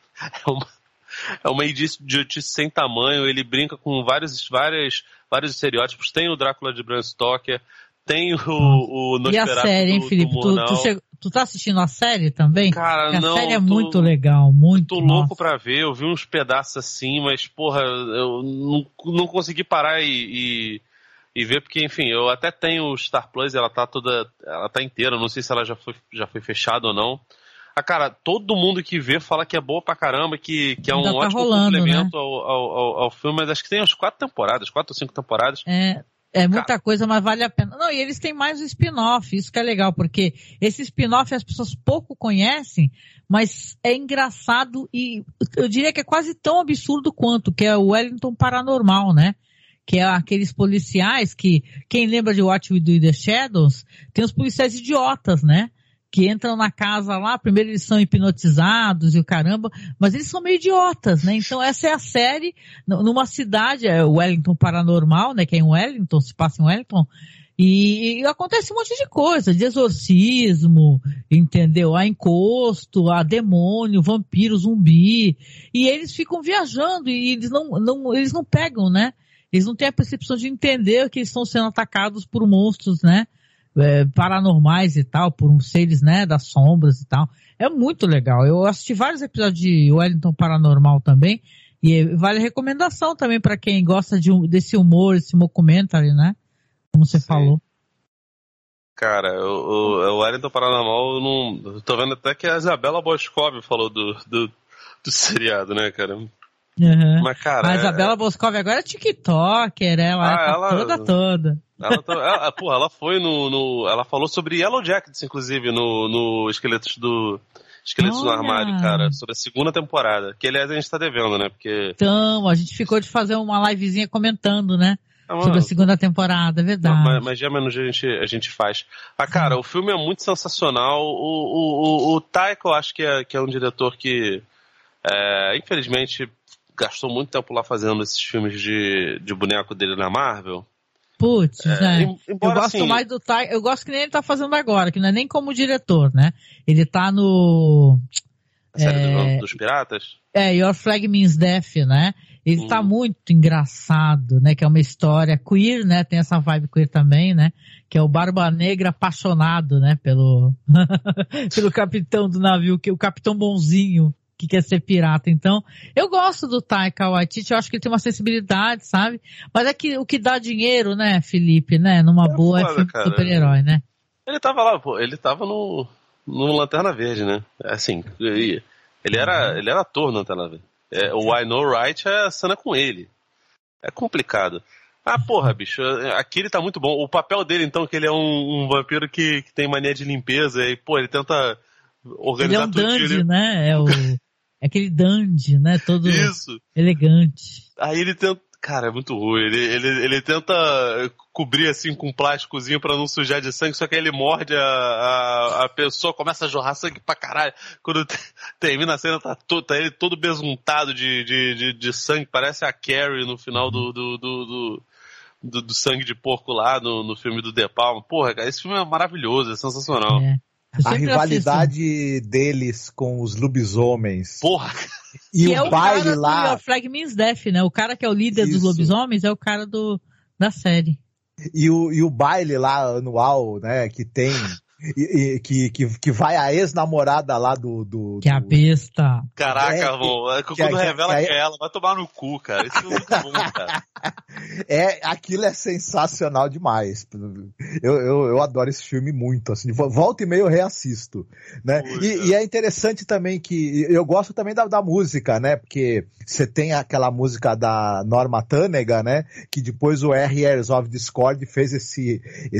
Speaker 10: uma idiotice sem tamanho. Ele brinca com vários estereótipos. Tem o Drácula de Bram Stoker. Tem o
Speaker 9: Nosferatu. E a série, hein, Felipe? Tu tá assistindo a série também?
Speaker 10: Cara,
Speaker 9: porque
Speaker 10: não.
Speaker 9: A série é muito legal, muito.
Speaker 10: Tô louco pra ver. Eu vi uns pedaços assim, mas, porra, eu não consegui parar e ver, porque, enfim, eu até tenho o Star Plus, ela tá inteira, não sei se ela já foi fechada ou não. Cara, todo mundo que vê fala que é boa pra caramba, que é um ótimo complemento, né, ao filme, mas acho que tem umas 4 ou 5 temporadas.
Speaker 9: É muita coisa, mas vale a pena. Não, e eles têm mais o spin-off, isso que é legal, porque esse spin-off as pessoas pouco conhecem, mas é engraçado e eu diria que é quase tão absurdo quanto, que é o Wellington Paranormal, né? Que é aqueles policiais que, quem lembra de What We Do in the Shadows, tem os policiais idiotas, né? Que entram na casa lá, primeiro eles são hipnotizados e o caramba, mas eles são meio idiotas, né? Então essa é a série, numa cidade, Wellington Paranormal, né? Que é em Wellington, se passa em Wellington, e acontece um monte de coisa, de exorcismo, entendeu? A encosto, a demônio, vampiro, zumbi, e eles ficam viajando e eles não pegam, né? Eles não têm a percepção de entender que eles estão sendo atacados por monstros, né? Paranormais e tal, por uns seres, né, das sombras e tal. É muito legal. Eu assisti vários episódios de Wellington Paranormal também, e vale recomendação também para quem gosta desse humor, esse mockumentary, né? Como você falou.
Speaker 10: Cara, o Wellington Paranormal, eu tô vendo até que a Isabela Boscov falou do seriado, né, cara?
Speaker 9: Uhum. Mas, cara, a Isabela Boscov agora é TikToker, ela toda.
Speaker 10: Ela foi ela falou sobre Yellow Jackets, inclusive, no Esqueletos no Armário, cara, sobre a segunda temporada, que aliás a gente tá devendo, né, porque...
Speaker 9: Então, a gente ficou de fazer uma livezinha comentando, né, sobre a segunda temporada, é verdade.
Speaker 10: Mas já menos a gente faz. Cara, o filme é muito sensacional, o Taika, eu acho que é um diretor que, infelizmente, gastou muito tempo lá fazendo esses filmes de boneco dele na Marvel.
Speaker 9: Putz, né? Eu gosto mais do Taika, eu gosto que nem ele tá fazendo agora, que não é nem como diretor, né? Ele tá no...
Speaker 10: A série dos Piratas?
Speaker 9: Your Flag Means Death, né? Ele tá muito engraçado, né? Que é uma história queer, né? Tem essa vibe queer também, né? Que é o Barba Negra apaixonado, né? Pelo capitão do navio, que é o capitão bonzinho, que quer ser pirata. Então, eu gosto do Taika Waititi, eu acho que ele tem uma sensibilidade, sabe? Mas é que o que dá dinheiro, né, Felipe, né? Numa boa é filme de super-herói, né?
Speaker 10: Ele tava lá, pô, ele tava no Lanterna Verde, né? Assim, ele era ator no Lanterna Verde. O I Know Right é a cena com ele. É complicado. Porra, bicho, aqui ele tá muito bom. O papel dele, então, que ele é um vampiro que tem mania de limpeza e, pô, ele tenta organizar tudo.
Speaker 9: Ele é um dandy, né? É aquele dandy, né? Todo elegante.
Speaker 10: Aí ele tenta... Cara, é muito ruim. Ele tenta cobrir assim com um plásticozinho pra não sujar de sangue, só que aí ele morde a pessoa, começa a jorrar sangue pra caralho. Quando termina a cena, tá ele todo besuntado de sangue, parece a Carrie no final do sangue de porco lá no filme do De Palma. Porra, cara, esse filme é maravilhoso, é sensacional.
Speaker 11: A rivalidade deles com os lobisomens.
Speaker 10: Porra!
Speaker 11: E o baile lá.
Speaker 9: O Flag Means Death, né? O cara que é o líder dos lobisomens é o cara da série.
Speaker 11: E o baile lá anual, né? Que tem Que vai a ex-namorada lá do...
Speaker 9: Que é a besta.
Speaker 10: Caraca, amor, quando revela que é ela, vai tomar no cu, cara. Isso é muito bom, cara.
Speaker 11: Aquilo é sensacional demais. Eu adoro esse filme muito, assim, volta e meia eu reassisto, né? E é interessante também que eu gosto também da música, né? Porque você tem aquela música da Norma Tanega, né? Que depois o Harriers of Discord fez esse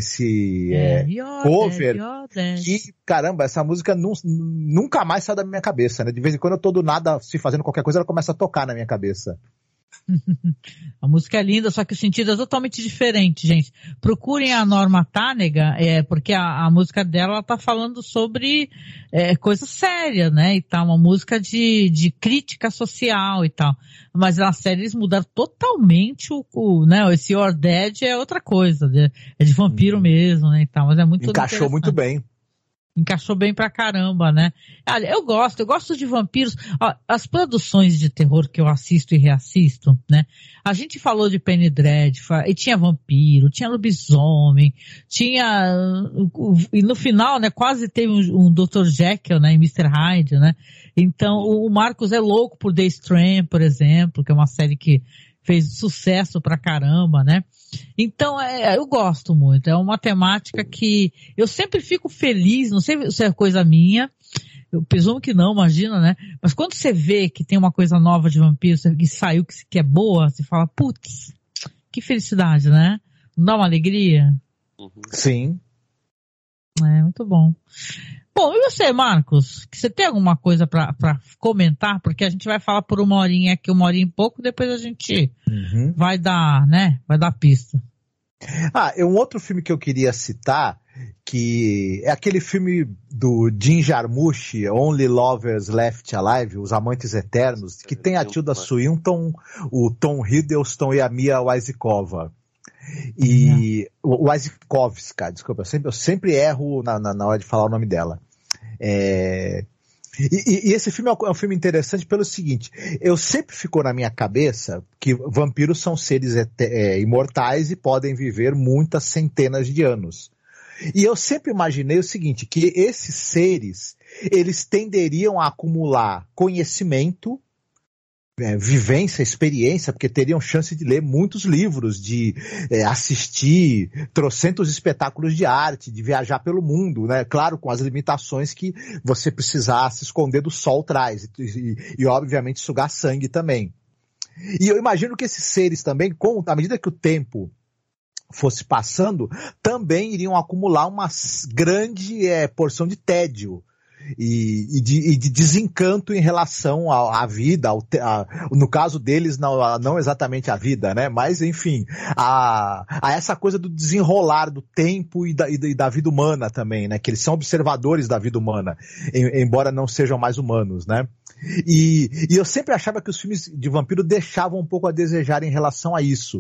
Speaker 11: cover. Que, caramba, essa música nunca mais sai da minha cabeça, né? De vez em quando eu tô do nada, se fazendo qualquer coisa, ela começa a tocar na minha cabeça.
Speaker 9: A música é linda, só que o sentido é totalmente diferente, gente. Procurem a Norma Tanega, porque a música dela, ela tá falando sobre coisa séria, né? E tal, uma música de crítica social e tal. Mas na série eles mudaram totalmente né? Esse You're Dead é outra coisa, né? É de vampiro mesmo, né? E tal, mas é muito
Speaker 11: encaixou muito bem.
Speaker 9: Encaixou bem pra caramba, né? Olha, eu gosto de vampiros. Ó, as produções de terror que eu assisto e reassisto, né? A gente falou de Penny Dreadful, e tinha vampiro, tinha lobisomem, tinha... E no final, né, quase teve um Dr. Jekyll, né, em Mr. Hyde, né? Então, o Marcos é louco por The Strain, por exemplo, que é uma série que fez sucesso pra caramba, né? Então, eu gosto muito. É uma temática que eu sempre fico feliz, não sei se é coisa minha, eu presumo que não, imagina, né? Mas quando você vê que tem uma coisa nova de vampiro, que saiu, que é boa, você fala, putz, que felicidade, né? Não dá uma alegria?
Speaker 11: Sim.
Speaker 9: Muito bom. Bom, e você, Marcos? Você tem alguma coisa pra comentar? Porque a gente vai falar por uma horinha aqui, uma horinha e pouco, depois a gente vai dar, né? Vai dar pista.
Speaker 11: Um outro filme que eu queria citar, que é aquele filme do Jim Jarmusch, Only Lovers Left Alive, Os Amantes Eternos, que tem a Tilda Swinton, o Tom Hiddleston e a Mia Wasikowska. E o Wasikowska, desculpa, eu sempre erro na hora de falar o nome dela. E esse filme é um filme interessante pelo seguinte, eu sempre ficou na minha cabeça que vampiros são seres imortais e podem viver muitas centenas de anos. E eu sempre imaginei o seguinte, que esses seres, eles tenderiam a acumular conhecimento, vivência, experiência, porque teriam chance de ler muitos livros, de assistir trocentos espetáculos de arte, de viajar pelo mundo, né? Claro, com as limitações que você precisar se esconder do sol traz, e obviamente sugar sangue também. E eu imagino que esses seres também, à medida que o tempo fosse passando, também iriam acumular uma grande porção de tédio, e de desencanto em relação à vida, no caso deles, não exatamente a vida, né? Mas, enfim, a essa coisa do desenrolar do tempo e da vida humana também, né? Que eles são observadores da vida humana, embora não sejam mais humanos, né? E eu sempre achava que os filmes de vampiro deixavam um pouco a desejar em relação a isso,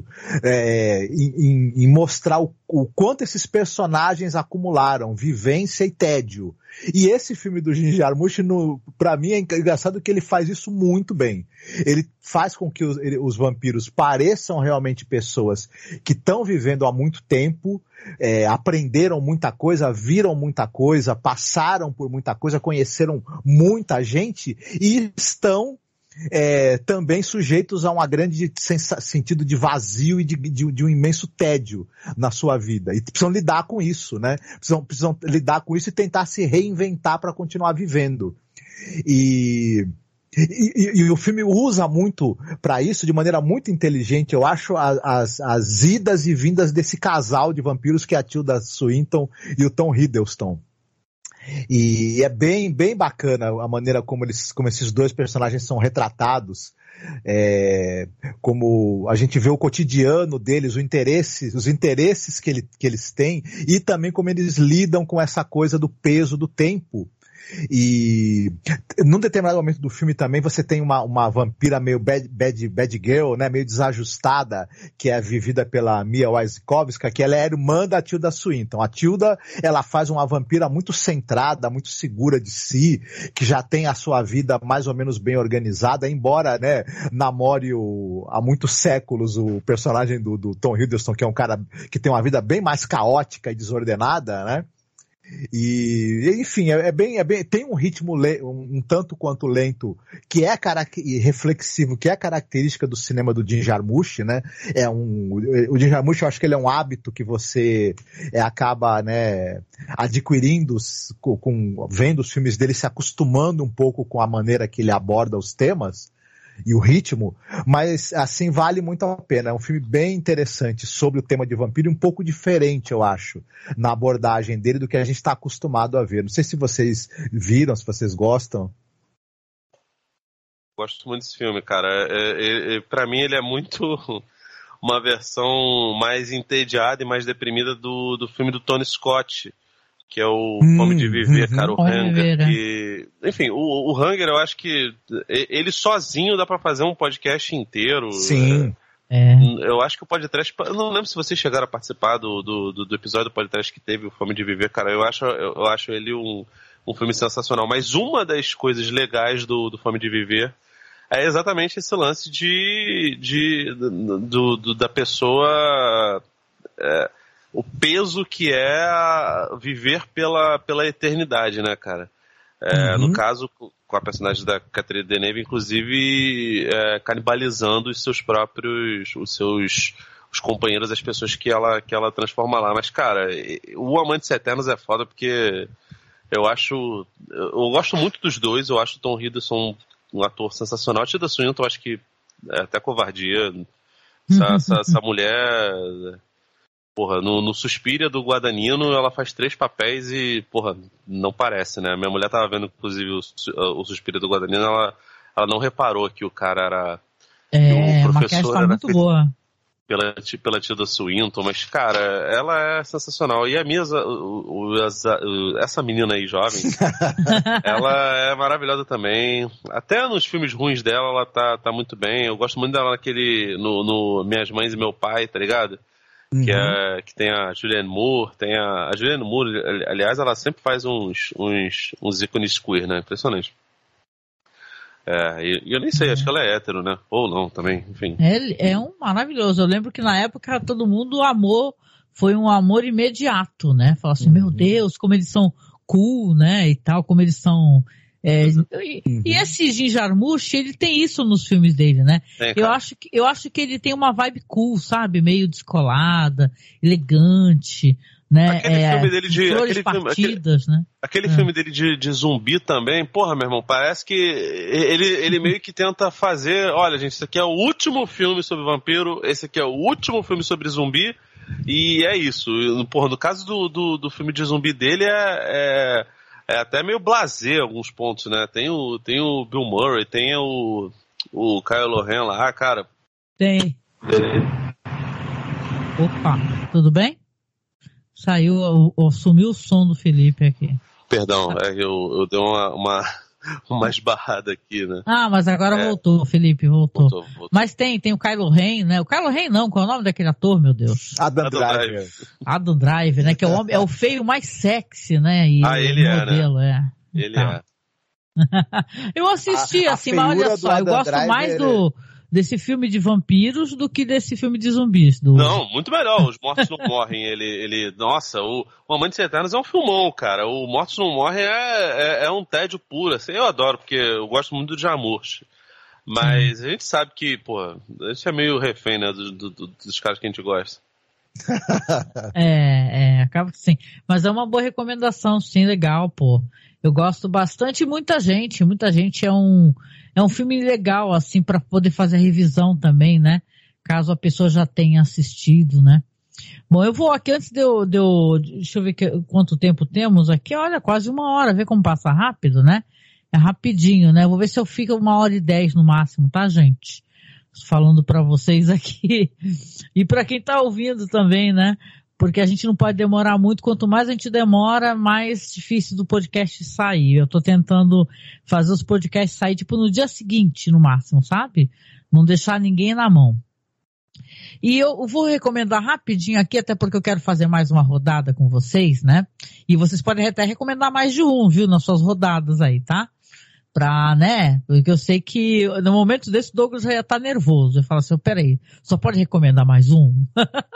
Speaker 11: em mostrar o quanto esses personagens acumularam vivência e tédio. E esse filme do Jim Jarmusch, pra mim, é engraçado que ele faz isso muito bem. Ele faz com que os vampiros pareçam realmente pessoas que estão vivendo há muito tempo, aprenderam muita coisa, viram muita coisa, passaram por muita coisa, conheceram muita gente e estão também sujeitos a um grande sentido de vazio e de um imenso tédio na sua vida. E precisam lidar com isso, né? Precisam lidar com isso e tentar se reinventar para continuar vivendo. E o filme usa muito para isso, de maneira muito inteligente, eu acho, as idas e vindas desse casal de vampiros que é a Tilda Swinton e o Tom Hiddleston. E é bem, bem bacana a maneira como esses dois personagens são retratados, como a gente vê o cotidiano deles, os interesses que eles têm, e também como eles lidam com essa coisa do peso do tempo. E num determinado momento do filme também você tem uma vampira meio bad girl, né, meio desajustada, que é vivida pela Mia Wasikowska, que ela é irmã da Tilda Swinton. A Tilda, ela faz uma vampira muito centrada, muito segura de si, que já tem a sua vida mais ou menos bem organizada, embora, né, namore há muitos séculos o personagem do Tom Hiddleston, que é um cara que tem uma vida bem mais caótica e desordenada, né? E, enfim, tem um ritmo um tanto quanto lento, que é reflexivo, que é característica do cinema do Jim Jarmusch, né? O Jim Jarmusch, eu acho que ele é um hábito que você acaba, né, adquirindo vendo os filmes dele, se acostumando um pouco com a maneira que ele aborda os temas e o ritmo, mas assim vale muito a pena. É um filme bem interessante sobre o tema de vampiro, um pouco diferente, eu acho, na abordagem dele do que a gente está acostumado a ver. Não sei se vocês viram, se vocês gostam.
Speaker 10: Gosto muito desse filme, cara. Pra mim ele é muito uma versão mais entediada e mais deprimida do filme do Tony Scott, que é o Fome de Viver, cara, o Hunger. Enfim, o Hunger, eu acho que ele sozinho dá pra fazer um podcast inteiro.
Speaker 11: Sim.
Speaker 10: Eu acho que o podcast, eu não lembro se vocês chegaram a participar do episódio do podcast que teve o Fome de Viver, cara, eu acho ele um filme sensacional, mas uma das coisas legais do Fome de Viver é exatamente esse lance da pessoa... o peso que é viver pela eternidade, né, cara? No caso, com a personagem da Catherine Deneuve, inclusive canibalizando os seus próprios, os companheiros, as pessoas que ela transforma lá. Mas, cara, o Amantes Eternos é foda porque eu gosto muito dos dois. Eu acho o Tom Hiddleston um ator sensacional. A Tilda Swinton, eu acho que é até covardia. Essa mulher... Porra, no Suspiria do Guadagnino ela faz 3 papéis e, porra, não parece, né? Minha mulher tava vendo, inclusive, o Suspiria do Guadagnino, ela não reparou que o cara era...
Speaker 9: o professor tá muito boa.
Speaker 10: Pela Tilda Swinton, mas, cara, ela é sensacional. E a Misa, essa menina aí, jovem, ela é maravilhosa também. Até nos filmes ruins dela, ela tá muito bem. Eu gosto muito dela no Minhas Mães e Meu Pai, tá ligado? Que tem a Julianne Moore, a Julianne Moore, aliás, ela sempre faz uns ícones queer, né? Impressionante. E eu nem sei, acho que ela é hétero, né? Ou não, também, enfim.
Speaker 9: É um maravilhoso. Eu lembro que na época todo mundo amou, foi um amor imediato, né? Falar assim, meu Deus, como eles são cool, né? E tal, como eles são... E esse Jim Jarmusch, ele tem isso nos filmes dele, né? Eu acho que ele tem uma vibe cool, sabe? Meio descolada, elegante, né?
Speaker 10: Aquele filme dele
Speaker 9: aquele
Speaker 10: filme dele de zumbi também, porra, meu irmão, parece que ele meio que tenta fazer, olha, gente, esse aqui é o último filme sobre vampiro, esse aqui é o último filme sobre zumbi, e é isso. Porra, no caso do filme de zumbi dele é até meio blasé alguns pontos, né? Tem o Bill Murray, tem o Kyle Lohan lá, cara.
Speaker 9: Tem. Opa, tudo bem? Sumiu o som do Felipe aqui.
Speaker 10: Perdão, eu dei uma esbarrada aqui, né?
Speaker 9: Ah, mas agora voltou, Felipe, voltou. Mas tem o Kylo Ren, né? O Kylo Ren não, qual é o nome daquele ator, meu Deus?
Speaker 11: Adam Driver.
Speaker 9: Adam Driver, né? Que é o feio mais sexy, né? E
Speaker 10: ele
Speaker 9: modelo,
Speaker 10: né? Ele é.
Speaker 9: Eu assisti, assim, mas olha só, eu gosto mais desse filme de vampiros do que desse filme de zumbis.
Speaker 10: Não, muito melhor. Os Mortos Não Morrem. Nossa, o Amantes Eternos é um filmão, cara. O Mortos Não Morrem é um tédio puro. Assim, eu adoro, porque eu gosto muito do Jarmusch. Mas a gente sabe que, pô, a gente é meio refém, né, dos caras que a gente gosta.
Speaker 9: Acaba que sim. Mas é uma boa recomendação, sim, legal, pô. Eu gosto bastante e muita gente é um filme legal, assim, para poder fazer a revisão também, né? Caso a pessoa já tenha assistido, né? Bom, eu vou aqui, antes deixa eu ver quanto tempo temos aqui. Olha, quase 1 hora, vê como passa rápido, né? É rapidinho, né? Vou ver se eu fico 1h10 no máximo, tá, gente? Falando para vocês aqui. E para quem tá ouvindo também, né? Porque a gente não pode demorar muito. Quanto mais a gente demora, mais difícil do podcast sair. Eu tô tentando fazer os podcasts sair, tipo, no dia seguinte, no máximo, sabe? Não deixar ninguém na mão. E eu vou recomendar rapidinho aqui, até porque eu quero fazer mais uma rodada com vocês, né? E vocês podem até recomendar mais de um, viu? Nas suas rodadas aí, tá? Né? Porque eu sei que no momento desse Douglas já ia estar nervoso. Eu falo assim, peraí, só pode recomendar mais um?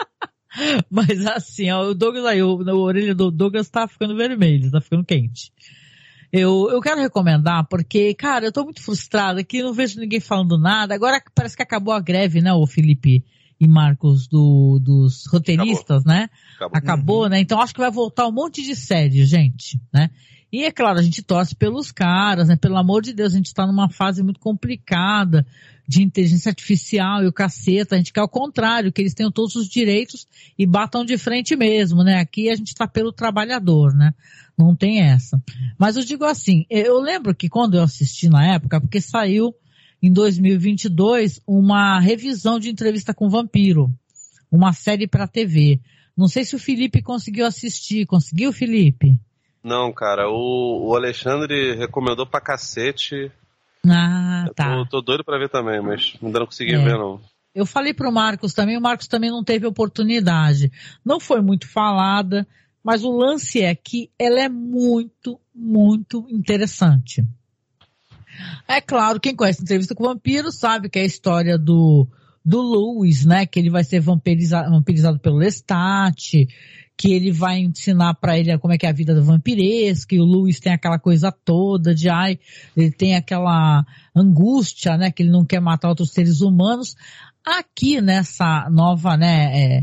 Speaker 9: Mas assim, ó, o Douglas aí, a orelha do Douglas tá ficando vermelha, tá ficando quente. Eu quero recomendar porque, cara, eu tô muito frustrada aqui, não vejo ninguém falando nada. Agora parece que acabou a greve, né, o Felipe e Marcos dos roteiristas, né? Acabou, né? Então acho que vai voltar um monte de série, gente, né? E é claro, a gente torce pelos caras, né? Pelo amor de Deus, a gente tá numa fase muito complicada de inteligência artificial e o caceta, a gente quer o contrário, que eles tenham todos os direitos e batam de frente mesmo, né? Aqui a gente tá pelo trabalhador, né? Não tem essa. Mas eu digo assim, eu lembro que quando eu assisti na época, porque saiu em 2022 uma revisão de Entrevista com o Vampiro, uma série pra TV. Não sei se o Felipe conseguiu assistir. Conseguiu, Felipe?
Speaker 10: Não, cara, o Alexandre recomendou pra cacete.
Speaker 9: Ah, tá.
Speaker 10: Eu tô doido pra ver também, mas ainda não consegui ver, não.
Speaker 9: Eu falei pro Marcos também, o Marcos também não teve oportunidade. Não foi muito falada, mas o lance é que ela é muito, muito interessante. É claro, quem conhece Entrevista com o Vampiro sabe que é a história do Louis, né, que ele vai ser vampirizado pelo Lestat, que ele vai ensinar pra ele como é que é a vida do vampiresco, e o Louis tem aquela coisa toda de, ele tem aquela angústia, né, que ele não quer matar outros seres humanos. Aqui nessa nova, né,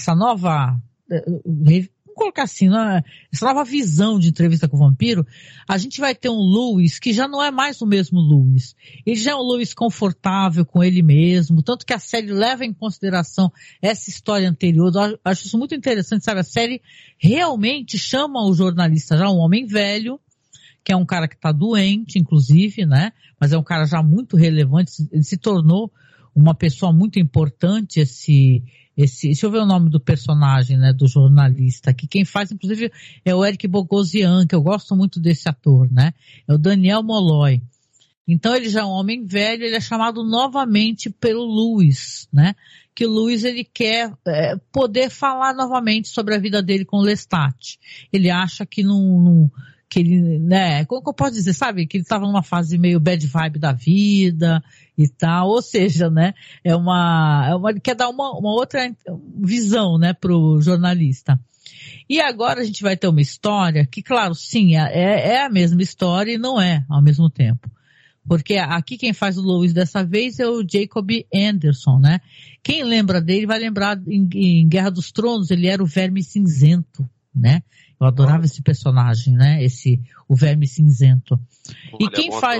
Speaker 9: vamos colocar assim, né, essa nova visão de Entrevista com o Vampiro, a gente vai ter um Louis que já não é mais o mesmo Louis. Ele já é um Louis confortável com ele mesmo, tanto que a série leva em consideração essa história anterior. Eu acho isso muito interessante, sabe? A série realmente chama o jornalista já um homem velho, que é um cara que está doente, inclusive, né? Mas é um cara já muito relevante, ele se tornou uma pessoa muito importante, deixa eu ver o nome do personagem, né, do jornalista aqui. Quem faz, inclusive, é o Eric Bogosian, que eu gosto muito desse ator, né? É o Daniel Molloy. Então ele já é um homem velho, ele é chamado novamente pelo Louis, né? Que o Louis, ele quer poder falar novamente sobre a vida dele com o Lestat. Ele acha que que ele, né, como eu posso dizer, sabe, que ele estava numa fase meio bad vibe da vida e tal, ou seja, né, ele quer dar uma outra visão, né, pro jornalista. E agora a gente vai ter uma história que, claro, sim, é a mesma história e não é ao mesmo tempo. Porque aqui quem faz o Louis dessa vez é o Jacob Anderson, né? Quem lembra dele vai lembrar em Guerra dos Tronos, ele era o Verme Cinzento, né? Eu adorava esse personagem, né? O Verme Cinzento. E quem faz...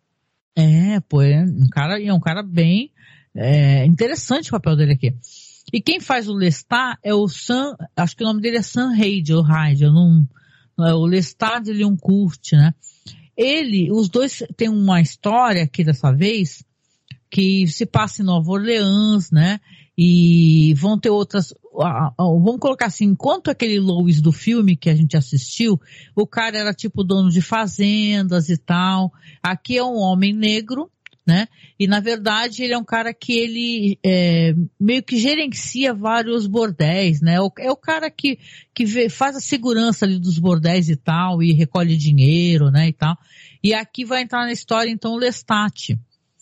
Speaker 9: é um cara bem interessante o papel dele aqui. E quem faz o Lestat é o Sam, acho que o nome dele é Sam Hyde, não é o Lestat de Lyoncourt, né? Os dois têm uma história aqui dessa vez, que se passa em Nova Orleans, né? E vão ter outras, vamos colocar assim, enquanto aquele Louis do filme que a gente assistiu, o cara era tipo dono de fazendas e tal. Aqui é um homem negro, né? E na verdade ele é um cara que ele meio que gerencia vários bordéis, né? É o cara que faz a segurança ali dos bordéis e tal, e recolhe dinheiro, né, e tal. E aqui vai entrar na história então o Lestat.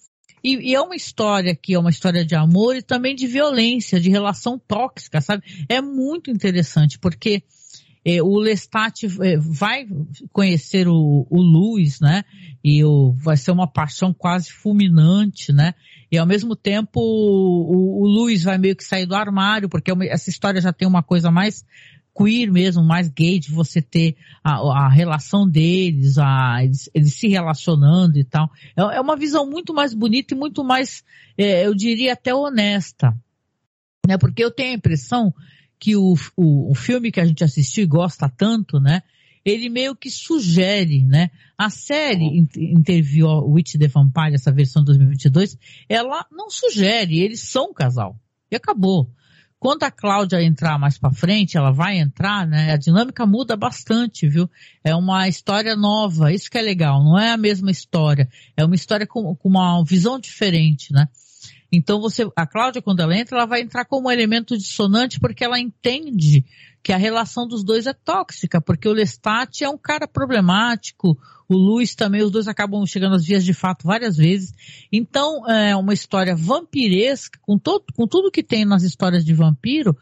Speaker 9: E é uma história que é uma história de amor e também de violência, de relação tóxica, sabe? É muito interessante, porque o Lestat vai conhecer o Louis, né? E vai ser uma paixão quase fulminante, né? E ao mesmo tempo o Louis vai meio que sair do armário, porque essa história já tem uma coisa mais queer mesmo, mais gay, de você ter a relação deles, eles se relacionando e tal. É uma visão muito mais bonita e muito mais, eu diria até honesta, né? Porque eu tenho a impressão que o filme que a gente assistiu e gosta tanto, né? Ele meio que sugere, né? A série Interview with the Vampire, essa versão 2022, ela não sugere, eles são um casal. E acabou. Quando a Cláudia entrar mais pra frente, ela vai entrar, né? A dinâmica muda bastante, viu? É uma história nova, isso que é legal. Não é a mesma história. É uma história com uma visão diferente, né? Então a Cláudia, quando ela entra, ela vai entrar como um elemento dissonante porque ela entende que a relação dos dois é tóxica, porque o Lestat é um cara problemático, o Louis também, os dois acabam chegando às vias de fato várias vezes. Então é uma história vampiresca, com tudo que tem nas histórias de vampiro,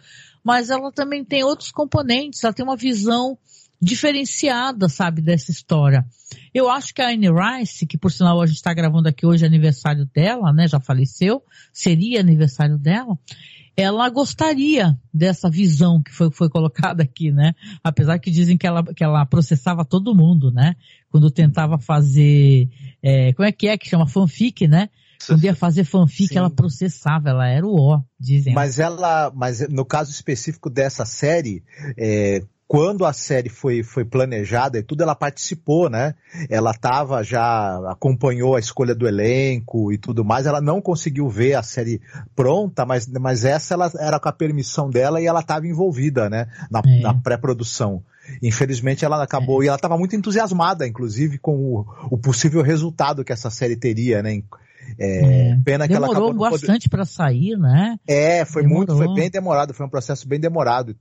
Speaker 9: mas ela também tem outros componentes, ela tem uma visão diferenciada, sabe, dessa história. Eu acho que a Anne Rice, que por sinal a gente está gravando aqui hoje, é aniversário dela, né, já faleceu, seria aniversário dela, ela gostaria dessa visão que foi colocada aqui, né, apesar que dizem que ela processava todo mundo, né, quando tentava fazer, como é que chama fanfic, né, quando ia fazer fanfic, sim, ela processava, ela era o ó, dizem.
Speaker 11: Mas no caso específico dessa série, quando a série foi planejada e tudo, ela participou, né? Ela acompanhou a escolha do elenco e tudo mais. Ela não conseguiu ver a série pronta, mas essa ela era com a permissão dela e ela estava envolvida, né? Na pré-produção. Infelizmente ela acabou, e ela estava muito entusiasmada, inclusive, com o possível resultado que essa série teria, né? Pena que ela acabou
Speaker 9: bastante para sair, né?
Speaker 11: Foi bem demorado, foi um processo bem demorado.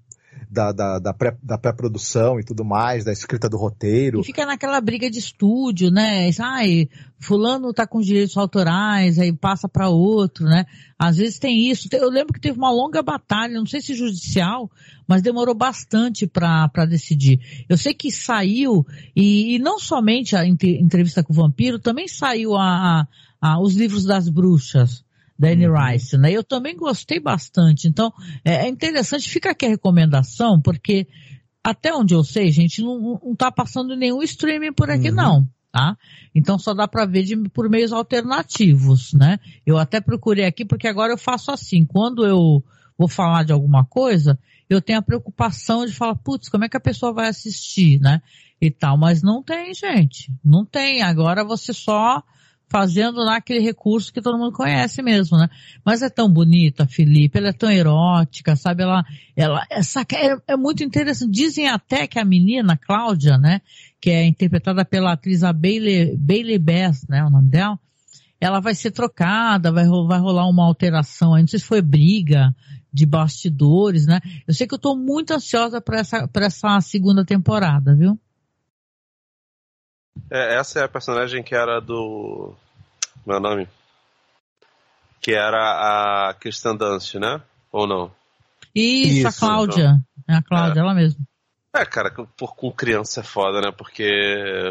Speaker 11: Da pré-produção e tudo mais, da escrita do roteiro.
Speaker 9: E fica naquela briga de estúdio, né? Fulano tá com direitos autorais, aí passa para outro, né? Às vezes tem isso. Eu lembro que teve uma longa batalha, não sei se judicial, mas demorou bastante para decidir. Eu sei que saiu, e não somente a entrevista com o vampiro, também saiu os livros das bruxas da Anne Rice, né? Eu também gostei bastante. Então, é interessante, fica aqui a recomendação, porque até onde eu sei, gente, não tá passando nenhum streaming por aqui, não, tá? Então só dá para ver por meios alternativos, né? Eu até procurei aqui, porque agora eu faço assim, quando eu vou falar de alguma coisa, eu tenho a preocupação de falar, putz, como é que a pessoa vai assistir, né? E tal, mas não tem, gente, não tem. Agora você só fazendo lá aquele recurso que todo mundo conhece mesmo, né? Mas é tão bonita, Felipe, ela é tão erótica, sabe? Essa é muito interessante. Dizem até que a menina, Cláudia, né? Que é interpretada pela atriz Bailey Bass, né? O nome dela. Ela vai ser trocada, vai rolar uma alteração aí. Não sei se foi briga de bastidores, né? Eu sei que eu tô muito ansiosa pra essa segunda temporada, viu?
Speaker 10: Essa é a personagem que era do... Meu nome? Que era a Kirsten Dunst, né? Ou não?
Speaker 9: Isso, a Cláudia. É a Cláudia, ela mesma.
Speaker 10: Cara, com criança é foda, né? Porque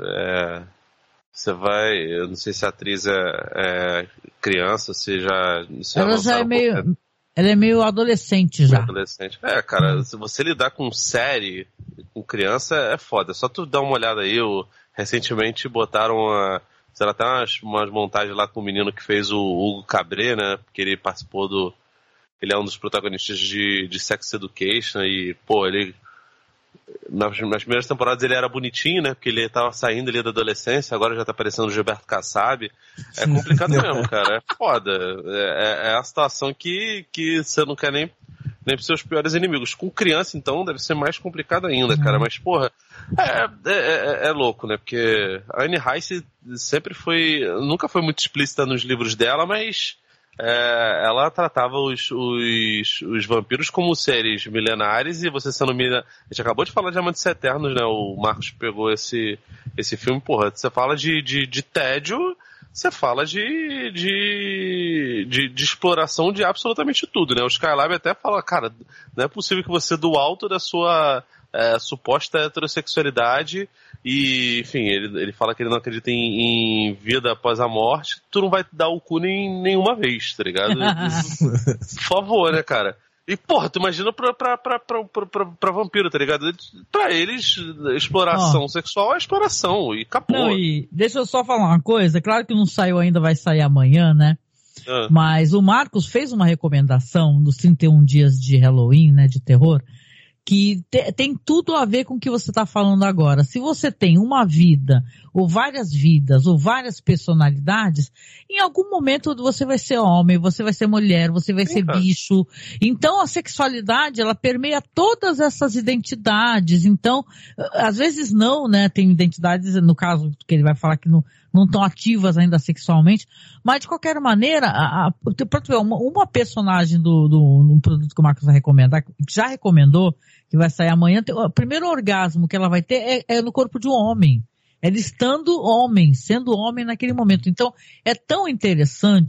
Speaker 10: você vai... Eu não sei se a atriz é criança, se já...
Speaker 9: Ela já é meio... Ela é meio adolescente já.
Speaker 10: Adolescente. Cara, se você lidar com série, com criança, é foda. Só tu dar uma olhada aí, recentemente botaram até umas montagens lá com o menino que fez o Hugo Cabret, né? Porque ele participou ele é um dos protagonistas de Sex Education e, pô, ele... Nas primeiras temporadas ele era bonitinho, né? Porque ele tava saindo ali da adolescência, agora já tá parecendo o Gilberto Kassab. É complicado mesmo, cara. É foda. É a situação que você não quer nem pros seus piores inimigos. Com criança, então, deve ser mais complicado ainda, cara. Mas, porra, é louco, né? Porque a Anne Rice nunca foi muito explícita nos livros dela, mas... ela tratava os vampiros como seres milenares, e você sendo milenar... A gente acabou de falar de Amantes Eternos, né? O Marcos pegou esse filme, porra, você fala de tédio, você fala de exploração de absolutamente tudo, né? O Skylab até fala, cara, não é possível que você, do alto da sua suposta heterossexualidade, e, enfim, ele fala que ele não acredita em vida após a morte, tu não vai dar o cu nenhuma vez, tá ligado? Por favor, né, cara? E, porra, tu imagina pra vampiro, tá ligado? Pra eles, exploração sexual é exploração, e acabou.
Speaker 9: Não, e deixa eu só falar uma coisa, claro que não saiu ainda, vai sair amanhã, né? Mas o Marcos fez uma recomendação dos 31 dias de Halloween, né, de terror, que tem tudo a ver com o que você está falando agora. Se você tem uma vida, ou várias vidas, ou várias personalidades, em algum momento você vai ser homem, você vai ser mulher, você vai ser bicho. Então a sexualidade, ela permeia todas essas identidades. Então, às vezes não, né? Tem identidades, no caso que ele vai falar que não estão ativas ainda sexualmente, mas de qualquer maneira, uma personagem do produto que o Marcos vai recomendar, que já recomendou, que vai sair amanhã, o primeiro orgasmo que ela vai ter é no corpo de um homem. Ela estando homem, sendo homem naquele momento. Então, é tão interessante,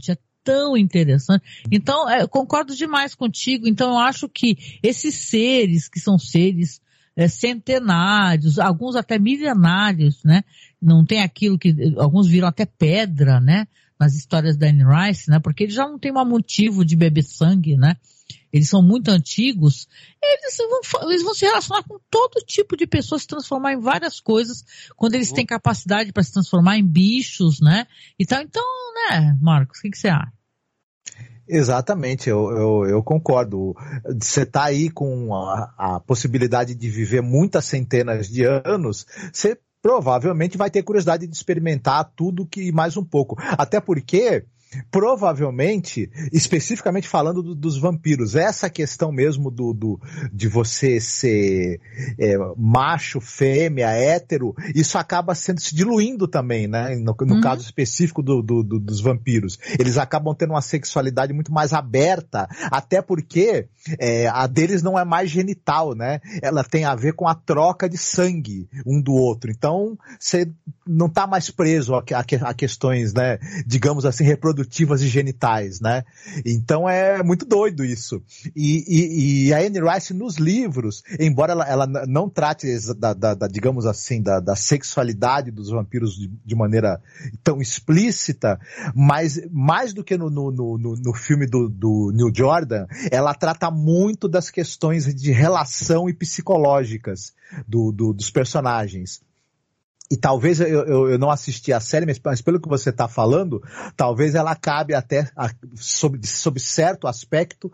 Speaker 9: tão interessante. Então, concordo demais contigo. Então, eu acho que esses seres, que são seres centenários, alguns até milenários, né? Não tem aquilo que alguns viram até pedra, né? Nas histórias da Anne Rice, né? Porque eles já não têm mais motivo de beber sangue, né? Eles são muito antigos, eles vão se relacionar com todo tipo de pessoas, se transformar em várias coisas, quando eles têm capacidade para se transformar em bichos, né? Então, né, Marcos, o que você acha?
Speaker 11: Exatamente, eu concordo. Você está aí com a possibilidade de viver muitas centenas de anos, você provavelmente vai ter curiosidade de experimentar tudo que mais um pouco. Até porque, provavelmente, especificamente falando dos vampiros, essa questão mesmo de você ser macho, fêmea, hétero, isso acaba se diluindo também, né? No caso específico dos vampiros. Eles acabam tendo uma sexualidade muito mais aberta, até porque a deles não é mais genital, né? Ela tem a ver com a troca de sangue um do outro. Então, você não está mais preso a questões, né, digamos assim, reprodutivas e genitais, né? Então é muito doido isso. E a Anne Rice nos livros, embora ela não trate digamos assim, da sexualidade dos vampiros de maneira tão explícita, mas mais do que no filme do Neil Jordan, ela trata muito das questões de relação e psicológicas dos personagens. E talvez eu não assisti a série, mas pelo que você está falando, talvez ela acabe até sob certo aspecto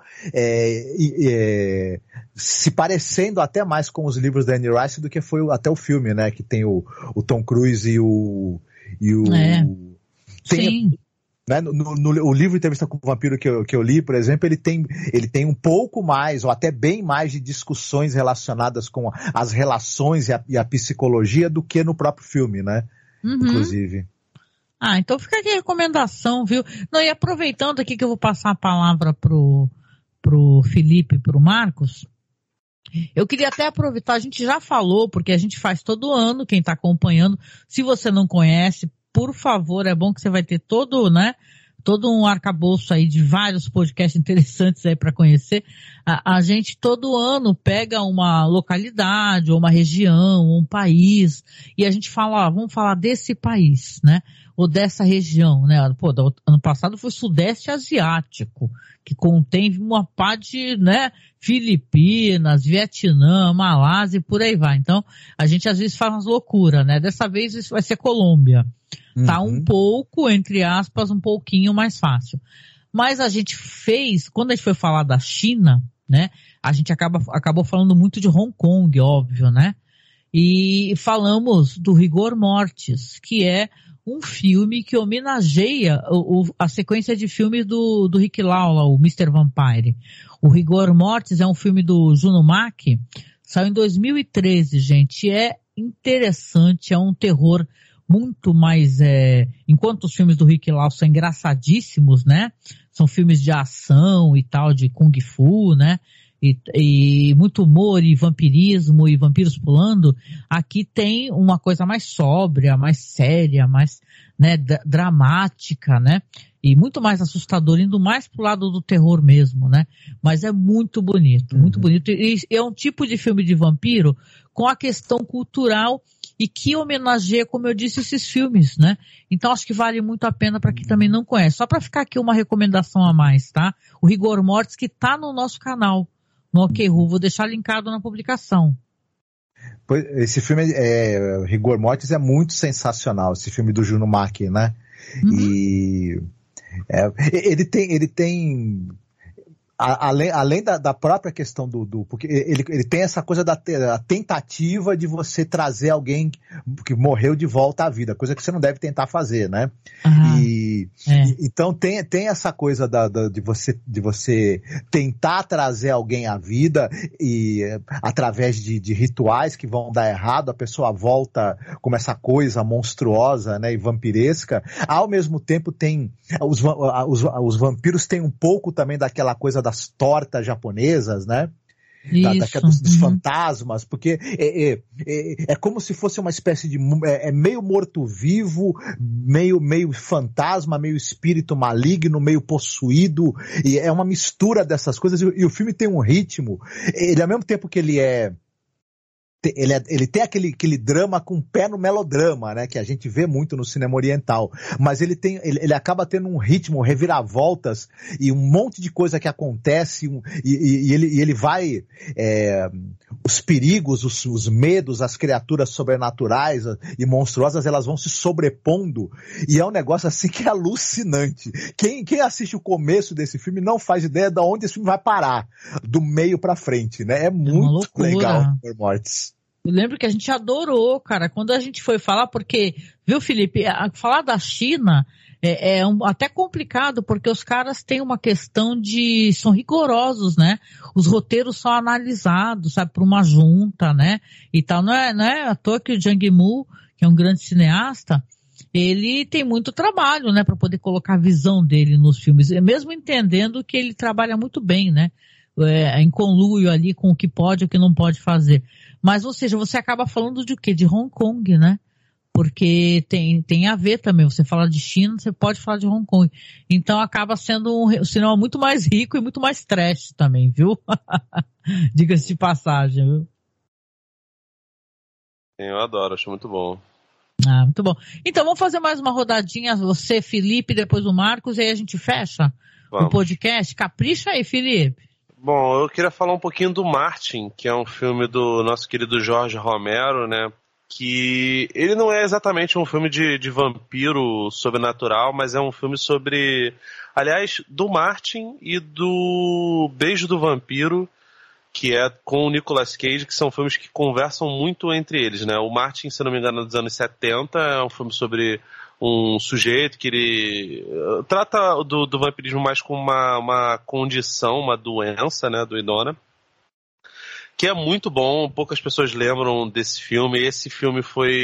Speaker 11: se parecendo até mais com os livros da Anne Rice do que foi até o filme, né? Que tem o Tom Cruise e o
Speaker 9: Sim.
Speaker 11: Né? O livro Entrevista com o Vampiro que eu li, por exemplo, ele tem um pouco mais, ou até bem mais de discussões relacionadas com as relações e a psicologia do que no próprio filme, né? Inclusive.
Speaker 9: Então fica aqui a recomendação, viu? Não, e aproveitando aqui que eu vou passar a palavra pro Felipe e pro Marcos, eu queria até aproveitar, a gente já falou, porque a gente faz todo ano, quem está acompanhando, se você não conhece, por favor, é bom que você vai ter todo um arcabouço aí de vários podcasts interessantes aí para conhecer. A gente todo ano pega uma localidade, ou uma região, ou um país, e a gente fala, vamos falar desse país, né? Ou dessa região, né? Ano passado foi Sudeste Asiático, que contém uma parte, né? Filipinas, Vietnã, Malásia e por aí vai. Então, a gente às vezes faz umas loucuras, né? Dessa vez isso vai ser Colômbia. Tá um pouco, entre aspas, um pouquinho mais fácil. Mas a gente fez, quando a gente foi falar da China, né? A gente acabou falando muito de Hong Kong, óbvio, né? E falamos do Rigor Mortis, que é um filme que homenageia a sequência de filmes do Rick Lawler, o Mr. Vampire. O Rigor Mortis é um filme do Juno Mack, saiu em 2013, gente. É interessante, é um terror muito mais, enquanto os filmes do Rick Lawler são engraçadíssimos, né? São filmes de ação e tal, de Kung Fu, né? E muito humor e vampirismo e vampiros pulando. Aqui tem uma coisa mais sóbria, mais séria, mais, né, dramática, né? E muito mais assustador, indo mais pro lado do terror mesmo, né? Mas é muito bonito, muito bonito. E é um tipo de filme de vampiro com a questão cultural e que homenageia, como eu disse, esses filmes, né? Então acho que vale muito a pena para quem também não conhece. Só para ficar aqui uma recomendação a mais, tá? O Rigor Mortis, que tá no nosso canal, no OkRu, vou deixar linkado na publicação.
Speaker 11: Esse filme, Rigor Mortis, é muito sensacional, esse filme do Juno Mack, né? E ele tem além da própria questão porque ele tem essa coisa da tentativa de você trazer alguém que morreu de volta à vida, coisa que você não deve tentar fazer, né? Então tem essa coisa de você tentar trazer alguém à vida e através de rituais que vão dar errado, a pessoa volta como essa coisa monstruosa, né, e vampiresca. Ao mesmo tempo tem os vampiros têm um pouco também daquela coisa das tortas japonesas, né? dos fantasmas, porque é como se fosse uma espécie de meio morto-vivo, meio fantasma, meio espírito maligno, meio possuído, e é uma mistura dessas coisas, e o filme tem um ritmo, ele ao mesmo tempo que ele tem aquele drama com pé no melodrama, né, que a gente vê muito no cinema oriental, mas ele acaba tendo um ritmo, reviravoltas e um monte de coisa que acontece, e ele vai os perigos, os medos, as criaturas sobrenaturais e monstruosas, elas vão se sobrepondo, e é um negócio assim que é alucinante. Quem assiste o começo desse filme não faz ideia de onde esse filme vai parar, do meio pra frente, né? É muito legal Rigor Mortis.
Speaker 9: Eu lembro que a gente adorou, cara, quando a gente foi falar, porque, viu, Felipe, falar da China até complicado, porque os caras têm uma questão são rigorosos, né? Os roteiros são analisados, sabe, por uma junta, né? E tal, não é à toa que o Zhang Yimou, que é um grande cineasta, ele tem muito trabalho, né, para poder colocar a visão dele nos filmes, mesmo entendendo que ele trabalha muito bem, né? Em conluio ali com o que pode e o que não pode fazer. Mas, ou seja, você acaba falando de o quê? De Hong Kong, né? Porque tem a ver também. Você fala de China, você pode falar de Hong Kong. Então acaba sendo um cinema muito mais rico e muito mais trash também, viu? Diga-se de passagem, viu?
Speaker 10: Eu adoro, acho muito bom.
Speaker 9: Muito bom. Então vamos fazer mais uma rodadinha, você, Felipe, depois o Marcos, e aí a gente fecha o podcast. Capricha aí, Felipe.
Speaker 10: Bom, eu queria falar um pouquinho do Martin, que é um filme do nosso querido Jorge Romero, né? Que ele não é exatamente um filme de vampiro sobrenatural, mas é um filme sobre, aliás, do Martin e do Beijo do Vampiro, que é com o Nicolas Cage, que são filmes que conversam muito entre eles, né? O Martin, se não me engano, é dos anos 70, é um filme sobre um sujeito que ele trata do vampirismo mais como uma condição, uma doença, né, do Idona, que é muito bom. Poucas pessoas lembram desse filme. Esse filme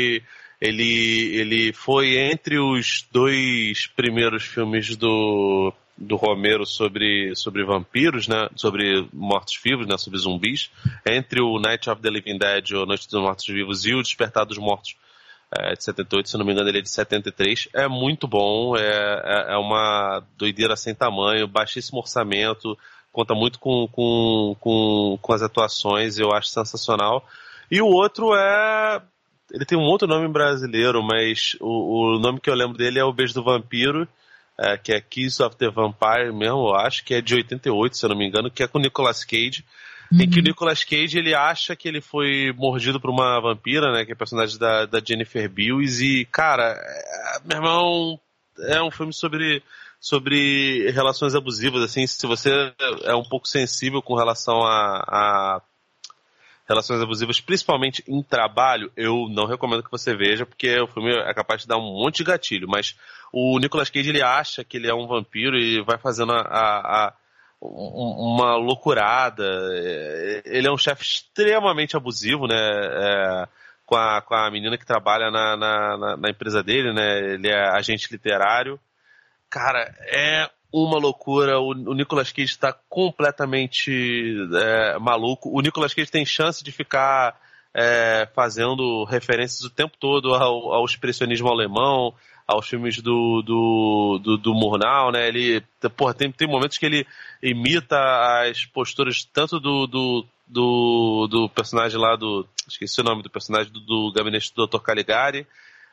Speaker 10: ele foi entre os dois primeiros filmes do Romero sobre vampiros, né, sobre mortos-vivos, né, sobre zumbis, entre o Night of the Living Dead, ou Noite dos Mortos-Vivos, e o Despertar dos Mortos, de 78, se não me engano ele é de 73, é muito bom, é uma doideira sem tamanho, baixíssimo orçamento, conta muito com as atuações, eu acho sensacional. E o outro ele tem um outro nome brasileiro, mas o nome que eu lembro dele é O Beijo do Vampiro, que é Kiss of the Vampire mesmo, eu acho, que é de 88, se eu não me engano, que é com o Nicolas Cage. Em que o Nicolas Cage, ele acha que ele foi mordido por uma vampira, né, que é a personagem da Jennifer Beals, e, cara, meu irmão, é um filme sobre relações abusivas, assim, se você é um pouco sensível com relação a relações abusivas, principalmente em trabalho, eu não recomendo que você veja, porque o filme é capaz de dar um monte de gatilho, mas o Nicolas Cage, ele acha que ele é um vampiro e vai fazendo uma loucurada. Ele é um chefe extremamente abusivo, né, com a menina que trabalha na empresa dele, né, ele é agente literário. Cara, é uma loucura. O Nicolas Cage está completamente maluco. O Nicolas Cage tem chance de ficar fazendo referências o tempo todo ao expressionismo alemão, aos filmes do Murnau, né? Ele, porra, tem momentos que ele imita as posturas tanto do personagem lá esqueci o nome do personagem do gabinete do Dr. Caligari,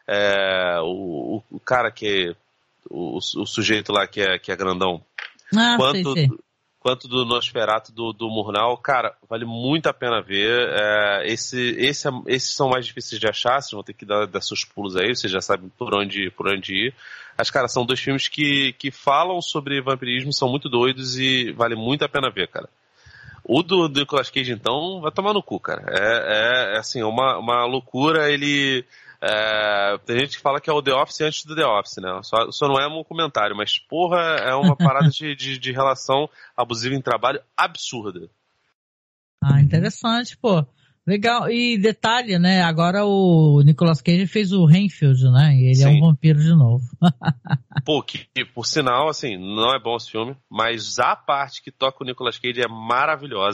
Speaker 10: o cara que o sujeito lá que é grandão, quanto do Nosferatu do Murnau. Cara, vale muito a pena ver. Esses são mais difíceis de achar, vocês vão ter que dar seus pulos aí, vocês já sabem por onde ir. Mas, cara, são dois filmes que falam sobre vampirismo, são muito doidos e vale muito a pena ver, cara. O do Nicolas Cage, então, vai tomar no cu, cara. Assim, uma loucura. Ele... tem gente que fala que é o The Office antes do The Office, né? Só não é um comentário, mas porra, é uma parada de relação abusiva em trabalho absurda.
Speaker 9: Interessante, pô. Legal. E detalhe, né? Agora o Nicolas Cage fez o Renfield, né? E ele Sim. É um vampiro de novo.
Speaker 10: Pô, que por sinal, assim, não é bom esse filme, mas a parte que toca o Nicolas Cage é maravilhosa.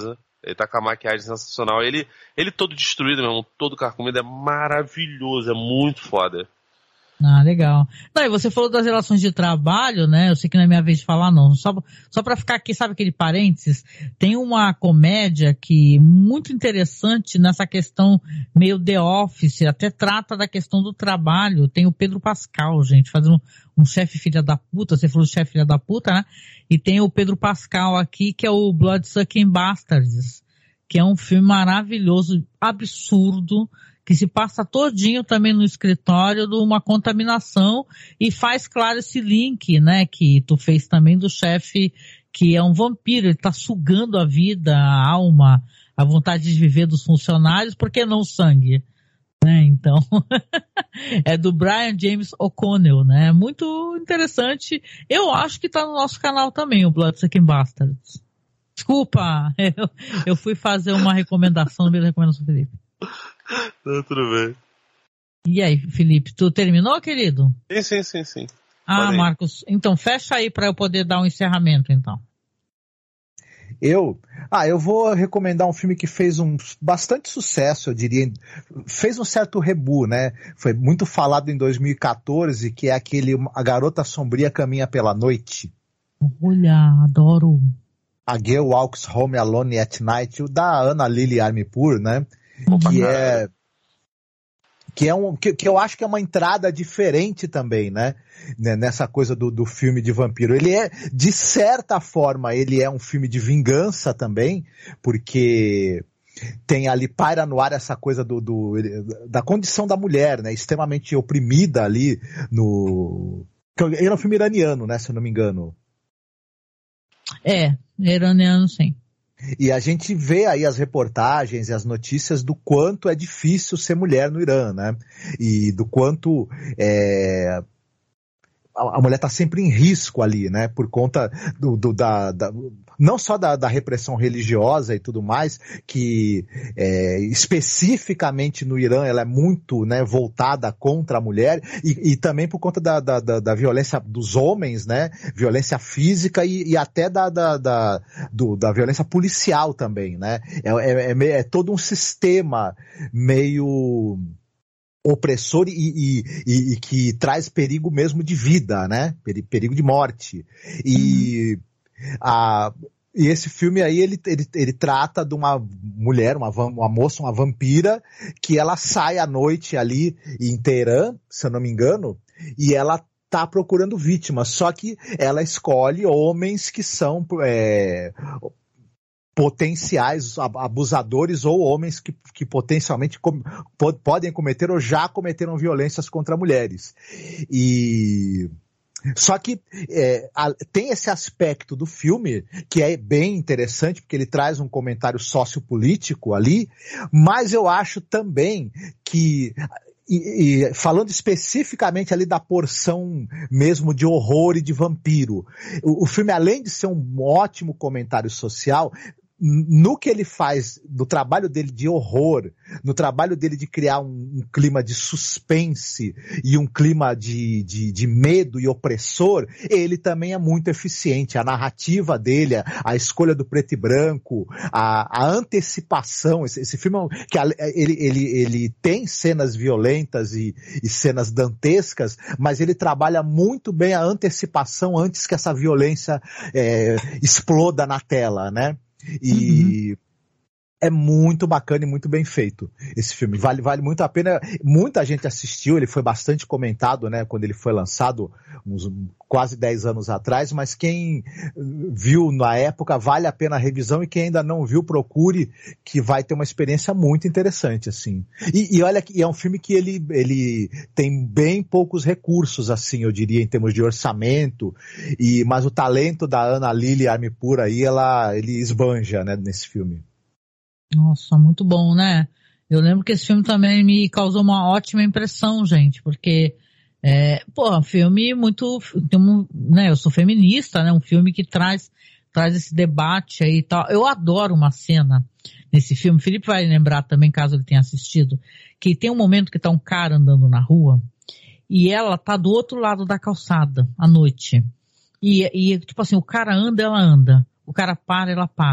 Speaker 10: Ele tá com a maquiagem sensacional. Ele todo destruído mesmo, todo carcomido, é maravilhoso, é muito foda.
Speaker 9: Ah, legal. Não, e você falou das relações de trabalho, né? Eu sei que não é minha vez de falar, não. Só pra ficar aqui, sabe aquele parênteses? Tem uma comédia que muito interessante nessa questão meio The Office, até trata da questão do trabalho. Tem o Pedro Pascal, gente, fazendo um chefe filha da puta. Você falou chefe filha da puta, né? E tem o Pedro Pascal aqui, que é o Bloodsucking Bastards, que é um filme maravilhoso, absurdo, que se passa todinho também no escritório de uma contaminação e faz claro esse link, né, que tu fez também do chefe que é um vampiro, ele tá sugando a vida, a alma, a vontade de viver dos funcionários, por que não o sangue? Né, então, é do Brian James O'Connell, né, muito interessante. Eu acho que tá no nosso canal também, o Bloodsucking Bastards. Desculpa, eu fui fazer uma recomendação, me recomendação, Felipe.
Speaker 10: Não, tudo bem.
Speaker 9: E aí, Felipe, tu terminou, querido?
Speaker 10: Sim.
Speaker 9: Ah, Marcos, então fecha aí para eu poder dar um encerramento, então.
Speaker 11: Eu vou recomendar um filme que fez bastante sucesso, eu diria, fez um certo rebu, né? Foi muito falado em 2014, que é aquele A Garota Sombria Caminha pela Noite.
Speaker 9: Olha, adoro.
Speaker 11: A Girl Walks Home Alone at Night, o da Ana Lily Armipur, né? Que eu acho que é uma entrada diferente também, né? Nessa coisa do filme de vampiro. Ele é, de certa forma, ele é um filme de vingança também, porque tem ali, paira no ar essa coisa da condição da mulher, né? Extremamente oprimida ali Ele é um filme iraniano, né? Se eu não me engano.
Speaker 9: É, iraniano, sim.
Speaker 11: E a gente vê aí as reportagens e as notícias do quanto é difícil ser mulher no Irã, né? E do quanto a mulher está sempre em risco ali, né? Por conta não só da repressão religiosa e tudo mais, que especificamente no Irã ela é muito, né, voltada contra a mulher, e também por conta da violência dos homens, né? Violência física e até da violência policial também, né? É todo um sistema meio opressor e que traz perigo mesmo de vida, né? Perigo de morte. E esse filme aí, ele trata de uma mulher, uma moça, uma vampira, que ela sai à noite ali em Teherã, se eu não me engano, e ela tá procurando vítimas, só que ela escolhe homens que são potenciais abusadores ou homens que potencialmente podem cometer ou já cometeram violências contra mulheres. Só que tem esse aspecto do filme que é bem interessante, porque ele traz um comentário sociopolítico ali, mas eu acho também que, falando especificamente ali da porção mesmo de horror e de vampiro, o filme, além de ser um ótimo comentário social, no que ele faz, no trabalho dele de horror, no trabalho dele de criar um clima de suspense e um clima de medo e opressor, ele também é muito eficiente. A narrativa dele, a escolha do preto e branco, a antecipação, esse filme, que ele tem cenas violentas e cenas dantescas, mas ele trabalha muito bem a antecipação antes que essa violência exploda na tela, né? E é muito bacana e muito bem feito esse filme, vale muito a pena. Muita gente assistiu, ele foi bastante comentado, né, quando ele foi lançado uns quase 10 anos atrás, mas quem viu na época, vale a pena a revisão, e quem ainda não viu, procure, que vai ter uma experiência muito interessante, assim. E olha que é um filme que ele tem bem poucos recursos, assim, eu diria, em termos de orçamento, mas o talento da Ana Lily Armipur aí, ele esbanja, né, nesse filme.
Speaker 9: Nossa, muito bom, né? Eu lembro que esse filme também me causou uma ótima impressão, gente, porque, filme muito, né, eu sou feminista, né, um filme que traz esse debate aí e tal. Eu adoro uma cena nesse filme, o Felipe vai lembrar também, caso ele tenha assistido, que tem um momento que tá um cara andando na rua, e ela tá do outro lado da calçada, à noite. E tipo assim, o cara anda, ela anda. O cara para, ela para.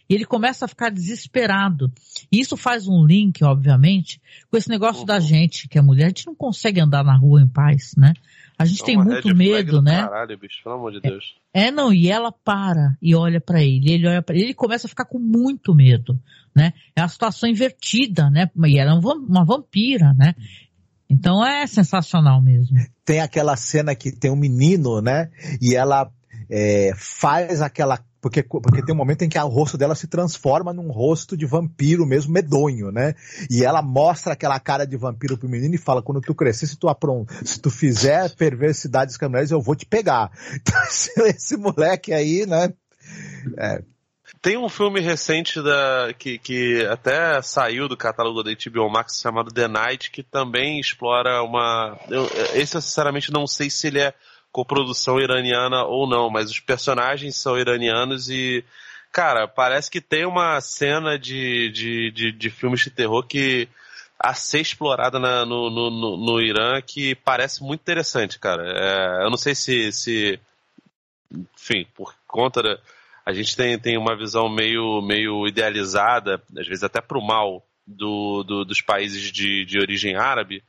Speaker 9: E ele começa a ficar desesperado. E isso faz um link, obviamente, com esse negócio da gente, que é mulher. A gente não consegue andar na rua em paz, né? A gente tem muito medo, né?
Speaker 10: Caralho, bicho, pelo amor de Deus.
Speaker 9: Não, e ela para e olha pra ele. Ele olha para ele e começa a ficar com muito medo, né? É uma situação invertida, né? E ela é uma vampira, né? Então é sensacional mesmo.
Speaker 11: Tem aquela cena que tem um menino, né? E ela faz aquela... Porque tem um momento em que o rosto dela se transforma num rosto de vampiro mesmo, medonho, né? E ela mostra aquela cara de vampiro pro menino e fala, quando tu crescer, se tu fizer perversidades com as mulheres, eu vou te pegar. Então esse moleque aí, né?
Speaker 10: Tem um filme recente que até saiu do catálogo da HBO Max chamado The Night, que também explora esse eu sinceramente não sei se ele é coprodução iraniana ou não, mas os personagens são iranianos e, cara, parece que tem uma cena de filmes de terror que a ser explorada no Irã que parece muito interessante, cara. Eu não sei se enfim, por conta a gente tem uma visão meio idealizada, às vezes até pro mal dos países de origem árabe,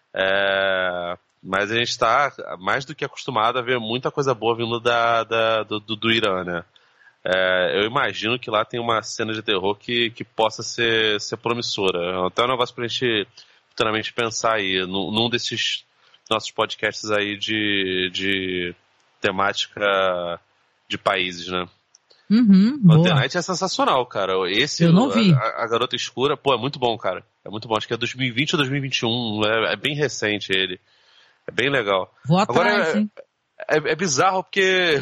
Speaker 10: mas a gente está mais do que acostumado a ver muita coisa boa vindo do Irã, né? Eu imagino que lá tem uma cena de terror que possa ser promissora. Até um negócio pra gente futuramente pensar aí, num desses nossos podcasts aí de temática de países, né? O The Night é sensacional, cara.
Speaker 9: Eu não vi.
Speaker 10: A Garota Escura, pô, é muito bom, cara. É muito bom. Acho que é 2020 ou 2021. É bem recente ele. É bem legal.
Speaker 9: Vou atrás,
Speaker 10: agora, é bizarro porque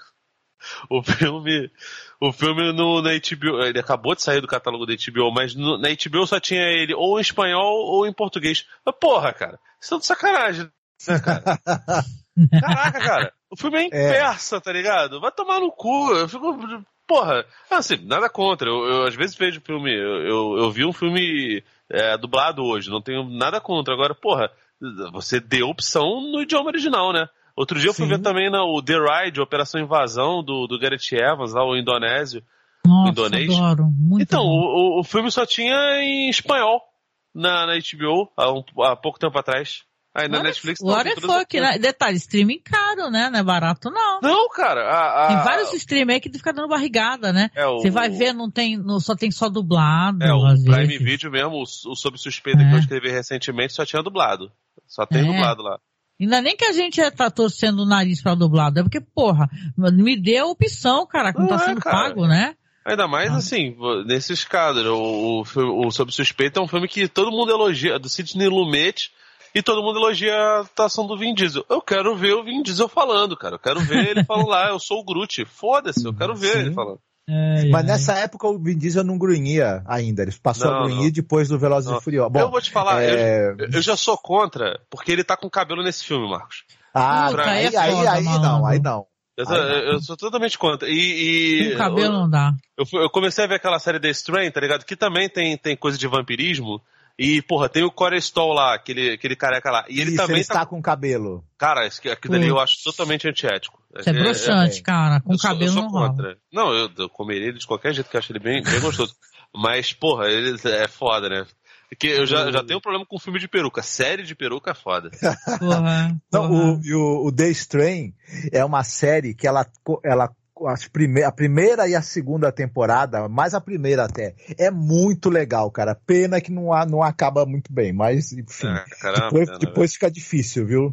Speaker 10: o filme na HBO, ele acabou de sair do catálogo da HBO, mas na HBO só tinha ele ou em espanhol ou em português. Mas porra, cara, isso é de sacanagem, né, cara? Caraca, cara, o filme é em persa, tá ligado? Vai tomar no cu, eu fico... Porra, assim, nada contra, eu às vezes vejo filme, eu vi um filme dublado hoje, não tenho nada contra, agora, porra, você deu opção no idioma original, né? Outro dia eu fui ver também o The Ride, Operação Invasão, do Gareth Evans, lá, o indonésio.
Speaker 9: Nossa,
Speaker 10: indonês.
Speaker 9: Adoro. Muito
Speaker 10: então,
Speaker 9: bom.
Speaker 10: o filme só tinha em espanhol na HBO, há pouco tempo atrás. Aí na Netflix...
Speaker 9: What the fuck, né? Detalhe, streaming caro, né? Não é barato, não.
Speaker 10: Não, cara.
Speaker 9: Tem vários streaming aí que fica dando barrigada, né? Você vai ver, só tem só dublado.
Speaker 10: O Prime Video mesmo, o Sob Suspeita que eu escrevi recentemente, só tinha dublado. Só tem dublado lá.
Speaker 9: Ainda nem que a gente tá torcendo o nariz pra dublado, é porque, porra, me dê a opção, cara, que não tá sendo pago, né?
Speaker 10: Ainda mais, assim, nesses casos. O Sob Suspeita é um filme que todo mundo elogia, do Sidney Lumet, e todo mundo elogia a atuação do Vin Diesel. Eu quero ver o Vin Diesel falando, cara. Eu quero ver ele falando lá, eu sou o Groot. Foda-se, eu quero ver ele falando.
Speaker 11: Mas nessa época o Vin Diesel não grunhia ainda. Ele passou a grunhir depois do Velozes e Furiosos. Bom,
Speaker 10: eu vou te falar, eu já sou contra, porque ele tá com cabelo nesse filme, Marcos.
Speaker 11: Aí não.
Speaker 10: Eu sou totalmente contra.
Speaker 9: Com cabelo não dá.
Speaker 10: Eu comecei a ver aquela série The Strain, tá ligado? Que também tem coisa de vampirismo. E, porra, tem o Corey Stoll lá, aquele careca lá. E ele também
Speaker 11: ele está com cabelo.
Speaker 10: Cara, aquilo ali eu acho totalmente antiético.
Speaker 9: Isso é broxante, cara. Com cabelo não rola.
Speaker 10: Não, eu comeria ele de qualquer jeito, que eu acho ele bem gostoso. Mas, porra, ele é foda, né? Porque eu já tenho um problema com filme de peruca. Série de peruca é foda.
Speaker 9: Porra.
Speaker 11: Não, o The Strain é uma série que ela a primeira e a segunda temporada, mais a primeira até, é muito legal, cara. Pena que não acaba muito bem, mas enfim, depois fica difícil, viu?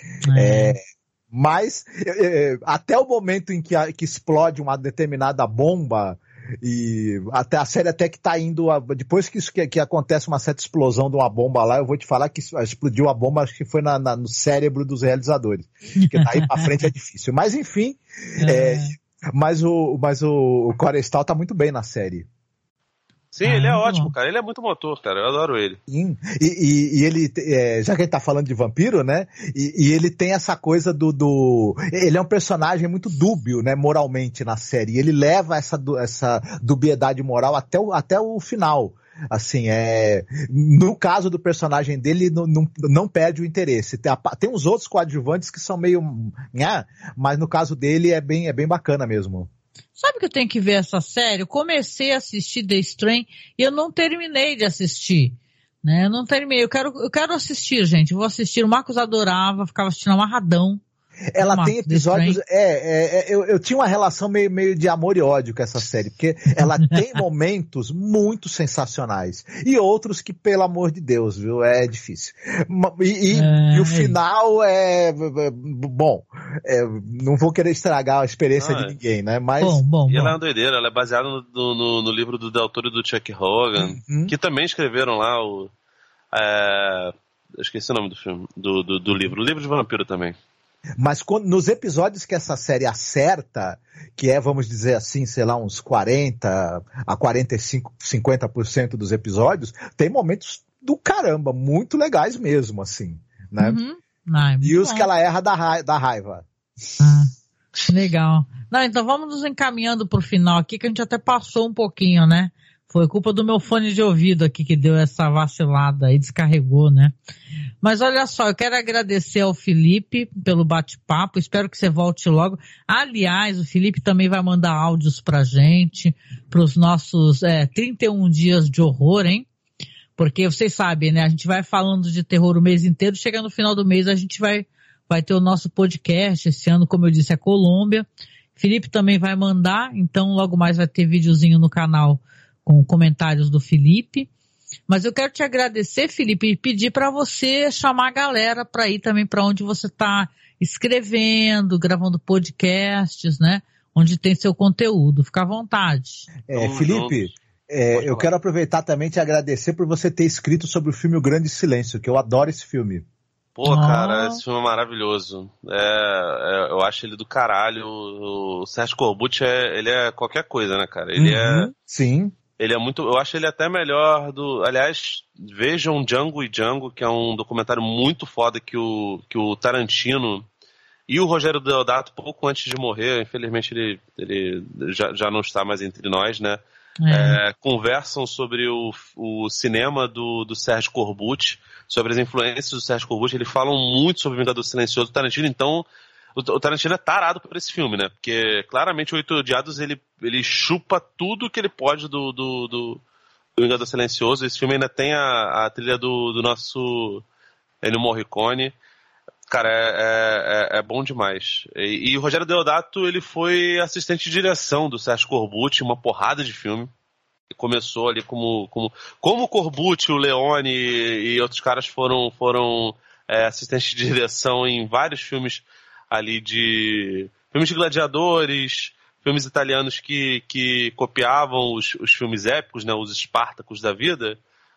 Speaker 11: Mas até o momento em que explode uma determinada bomba, e até a série até que tá indo, depois que acontece uma certa explosão de uma bomba lá, eu vou te falar que explodiu a bomba, acho que foi no cérebro dos realizadores, porque daí pra frente é difícil, mas enfim, mas o Corey Stoll tá muito bem na série.
Speaker 10: Sim, ele é ótimo, cara. Ele é muito motor, cara. Eu adoro ele.
Speaker 11: Sim. E ele, já que a gente tá falando de vampiro, né? E ele tem essa coisa ele é um personagem muito dúbio, né? Moralmente na série. E ele leva essa dubiedade moral até o final. Assim, no caso do personagem dele, não perde o interesse. Tem uns outros coadjuvantes que são meio... mas no caso dele é bem bacana mesmo.
Speaker 9: Sabe que eu tenho que ver essa série? Eu comecei a assistir The Strain e eu não terminei de assistir. Né? Eu não terminei. Eu quero assistir, gente. Eu vou assistir. O Marcos adorava, ficava assistindo amarradão.
Speaker 11: Ela tem episódios... eu tinha uma relação meio de amor e ódio com essa série, porque ela tem momentos muito sensacionais. E outros que, pelo amor de Deus, viu? É difícil. E o final é... Bom, não vou querer estragar a experiência de ninguém, né? Mas...
Speaker 10: E ela é uma doideira. Ela é baseada no livro do Del Toro e do Chuck Hogan, que também escreveram lá o... eu esqueci o nome do filme, do livro. O livro de vampiro também.
Speaker 11: Mas nos episódios que essa série acerta, que é, vamos dizer assim, sei lá, uns 40 a 45, 50% dos episódios, tem momentos do caramba, muito legais mesmo, assim, né? E os que ela erra da raiva.
Speaker 9: Legal. Não, então vamos nos encaminhando pro final aqui, que a gente até passou um pouquinho, né? Foi culpa do meu fone de ouvido aqui que deu essa vacilada e descarregou, né? Mas olha só, eu quero agradecer ao Felipe pelo bate-papo, espero que você volte logo. Aliás, o Felipe também vai mandar áudios pra gente, pros nossos 31 dias de horror, hein? Porque vocês sabem, né? A gente vai falando de terror o mês inteiro, chega no final do mês a gente vai ter o nosso podcast, esse ano, como eu disse, é Colômbia. Felipe também vai mandar, então logo mais vai ter videozinho no canal com comentários do Felipe. Mas eu quero te agradecer, Felipe, e pedir para você chamar a galera para ir também para onde você está escrevendo, gravando podcasts, né? Onde tem seu conteúdo. Fica à vontade.
Speaker 11: Felipe, eu quero aproveitar também e te agradecer por você ter escrito sobre o filme O Grande Silêncio, que eu adoro esse filme.
Speaker 10: Pô, cara, esse filme é maravilhoso. Eu acho ele do caralho. O Sérgio Corbucci, ele é qualquer coisa, né, cara? Ele
Speaker 11: Sim.
Speaker 10: Ele é muito... Eu acho ele até melhor do... Aliás, vejam Django e Django, que é um documentário muito foda que o Tarantino e o Rogério Deodato, pouco antes de morrer, infelizmente ele já não está mais entre nós, né? Conversam sobre o cinema do Sérgio Corbucci, sobre as influências do Sérgio Corbucci. Eles falam muito sobre o Vingador Silencioso do Tarantino, então... O Tarantino é tarado por esse filme, né? Porque claramente o Oito Odiados ele chupa tudo que ele pode do Vingador Silencioso. Esse filme ainda tem a trilha do nosso Ennio Morricone. Cara, é bom demais. E o Rogério Deodato, ele foi assistente de direção do Sérgio Corbucci, uma porrada de filme. Ele começou ali como o Corbucci, o Leone e outros caras foram assistentes de direção em vários filmes ali de filmes de gladiadores, filmes italianos que copiavam os filmes épicos, né, os Espartacos da vida.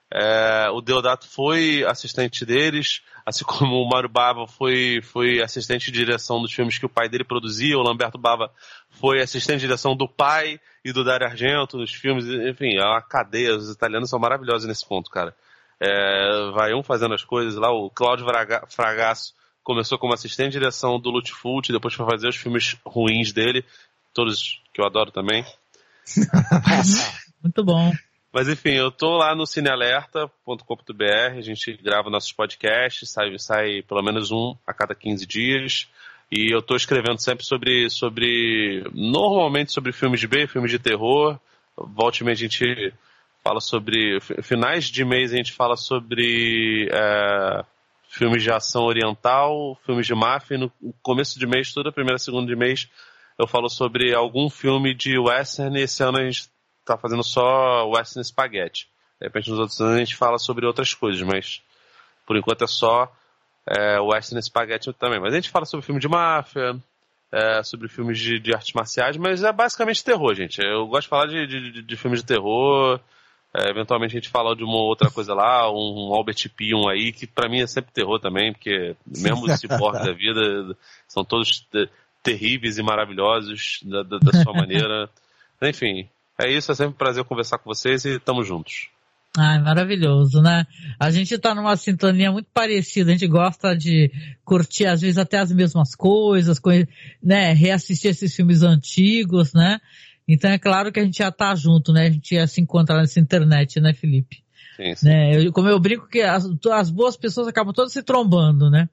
Speaker 10: O Deodato foi assistente deles, assim como o Mário Bava foi assistente de direção dos filmes que o pai dele produzia. O Lamberto Bava foi assistente de direção do pai e do Dario Argento nos filmes. Enfim, é uma cadeia. Os italianos são maravilhosos nesse ponto, cara. Vai um fazendo as coisas lá. O Cláudio Fragasso começou como assistente de direção do Lutfult, depois foi fazer os filmes ruins dele, todos que eu adoro também.
Speaker 9: Muito bom.
Speaker 10: Mas enfim, eu tô lá no cinealerta.com.br, a gente grava nossos podcasts, sai pelo menos um a cada 15 dias, e eu tô escrevendo sempre normalmente sobre filmes de B, filmes de terror. Volte e meia a gente fala sobre, finais de mês a gente fala sobre filmes de ação oriental, filmes de máfia, e no começo de mês, toda primeira e segunda de mês, eu falo sobre algum filme de western, e esse ano a gente tá fazendo só western spaghetti. De repente nos outros anos a gente fala sobre outras coisas, mas por enquanto é só western spaghetti também. Mas a gente fala sobre filme de máfia, sobre filmes de artes marciais, mas é basicamente terror, gente. Eu gosto de falar de filmes de terror. Eventualmente a gente fala de uma outra coisa lá, um Albert Pion aí, que pra mim é sempre terror também, porque mesmo os ciborgues da vida são todos terríveis e maravilhosos da sua maneira. Enfim, é isso, é sempre um prazer conversar com vocês e tamo juntos.
Speaker 9: Maravilhoso, né? A gente tá numa sintonia muito parecida, a gente gosta de curtir às vezes até as mesmas coisas, né? Reassistir esses filmes antigos, né? Então é claro que a gente já tá junto, né? A gente ia se encontrar nessa internet, né, Felipe?
Speaker 10: Sim.
Speaker 9: Né? Como eu brinco que as boas pessoas acabam todas se trombando, né?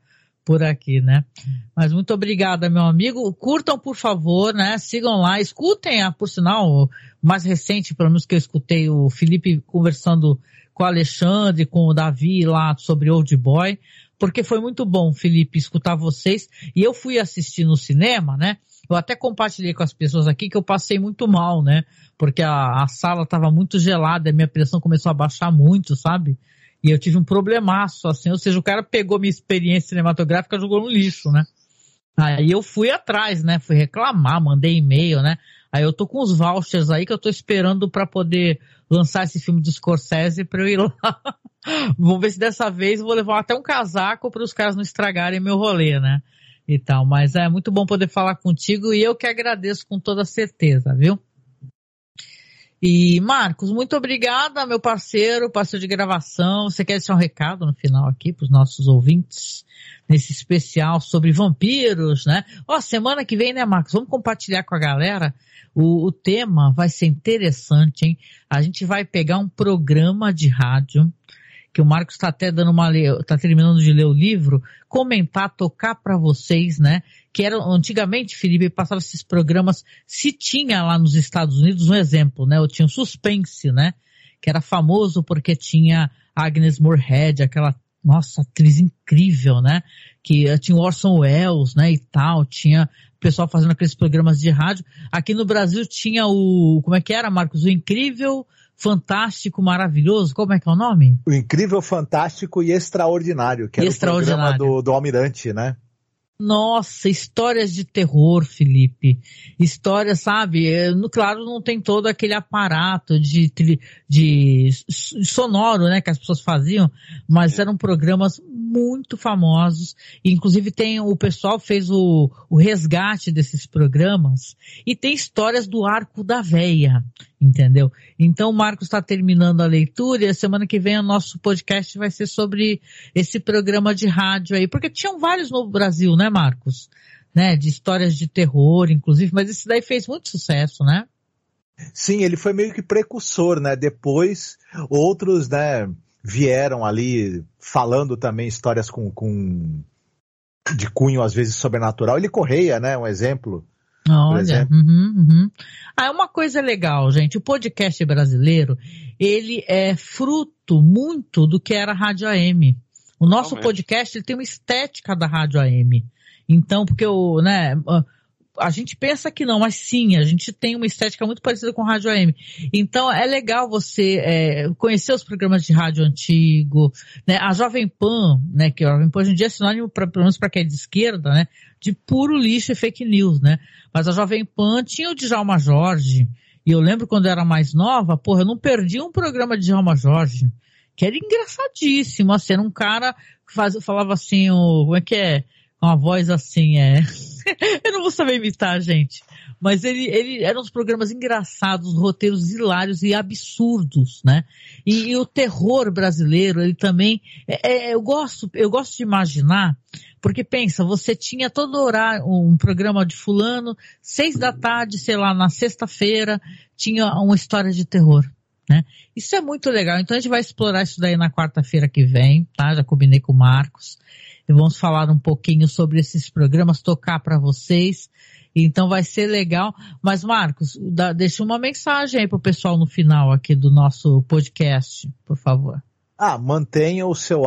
Speaker 9: por aqui, né? Mas muito obrigada, meu amigo. Curtam, por favor, né? Sigam lá, escutem, por sinal, o mais recente, pelo menos que eu escutei, o Felipe conversando com o Alexandre, com o Davi lá sobre Old Boy, porque foi muito bom, Felipe, escutar vocês. E eu fui assistir no cinema, né? Eu até compartilhei com as pessoas aqui que eu passei muito mal, né? Porque a sala estava muito gelada, a minha pressão começou a baixar muito, sabe? E eu tive um problemaço, assim, ou seja, o cara pegou minha experiência cinematográfica e jogou no lixo, né? Aí eu fui atrás, né? Fui reclamar, mandei e-mail, né? Aí eu tô com os vouchers aí que eu tô esperando pra poder lançar esse filme do Scorsese pra eu ir lá. Vamos ver se dessa vez eu vou levar até um casaco para os caras não estragarem meu rolê, né? E tal, mas é muito bom poder falar contigo e eu que agradeço com toda certeza, viu? E Marcos, muito obrigada, meu parceiro de gravação. Você quer deixar um recado no final aqui para os nossos ouvintes nesse especial sobre vampiros, né? Ó, semana que vem, né, Marcos? Vamos compartilhar com a galera. O tema vai ser interessante, hein? A gente vai pegar um programa de rádio que o Marcos está até tá terminando de ler o livro, comentar, tocar para vocês, né? Que era, antigamente, Felipe, passava esses programas, se tinha lá nos Estados Unidos, um exemplo, né? Eu tinha o Suspense, né? Que era famoso porque tinha Agnes Moorehead, aquela, nossa, atriz incrível, né? Que tinha o Orson Welles, né? E tal, tinha o pessoal fazendo aqueles programas de rádio. Aqui no Brasil tinha como é que era, Marcos? O Incrível, Fantástico, Maravilhoso, como é que é o nome?
Speaker 11: O Incrível, Fantástico e Extraordinário, que era o programa do Almirante, né?
Speaker 9: Nossa, histórias de terror, Felipe. Histórias, sabe? Claro, não tem todo aquele aparato de sonoro, né, que as pessoas faziam, mas eram programas muito famosos. Inclusive o pessoal fez o resgate desses programas e tem histórias do Arco da Véia, entendeu? Então o Marcos está terminando a leitura e a semana que vem o nosso podcast vai ser sobre esse programa de rádio aí, porque tinham vários no Brasil, né, Marcos? Né, de histórias de terror, inclusive, mas esse daí fez muito sucesso, né?
Speaker 11: Sim, ele foi meio que precursor, né? Depois outros, né, vieram ali falando também histórias de cunho às vezes sobrenatural. Ele Correia, né, um exemplo.
Speaker 9: Olha, é uma coisa legal, gente, o podcast brasileiro, ele é fruto muito do que era a Rádio AM. O nosso podcast, ele tem uma estética da Rádio AM. Então, porque a gente pensa que não, mas sim, a gente tem uma estética muito parecida com a Rádio AM. Então, é legal você conhecer os programas de rádio antigo, né? A Jovem Pan, né? Que a Jovem Pan hoje em dia é sinônimo, pelo menos para quem é de esquerda, né? De puro lixo e fake news, né? Mas a Jovem Pan tinha o Djalma Jorge, e eu lembro quando eu era mais nova, eu não perdia um programa de Djalma Jorge, que era engraçadíssimo, assim, era um cara que falava assim, como é que é? Com uma voz assim, eu não vou saber imitar, gente. Mas ele eram uns programas engraçados, roteiros hilários e absurdos, né? E o terror brasileiro, ele também, eu gosto de imaginar, porque pensa, você tinha todo horário, um programa de fulano, 6 da tarde, sei lá, na sexta-feira, tinha uma história de terror, né? Isso é muito legal, então a gente vai explorar isso daí na quarta-feira que vem, tá? Já combinei com o Marcos. E vamos falar um pouquinho sobre esses programas, tocar para vocês. Então vai ser legal. Mas, Marcos, deixa uma mensagem aí pro pessoal no final aqui do nosso podcast, por favor.
Speaker 11: Mantenha o seu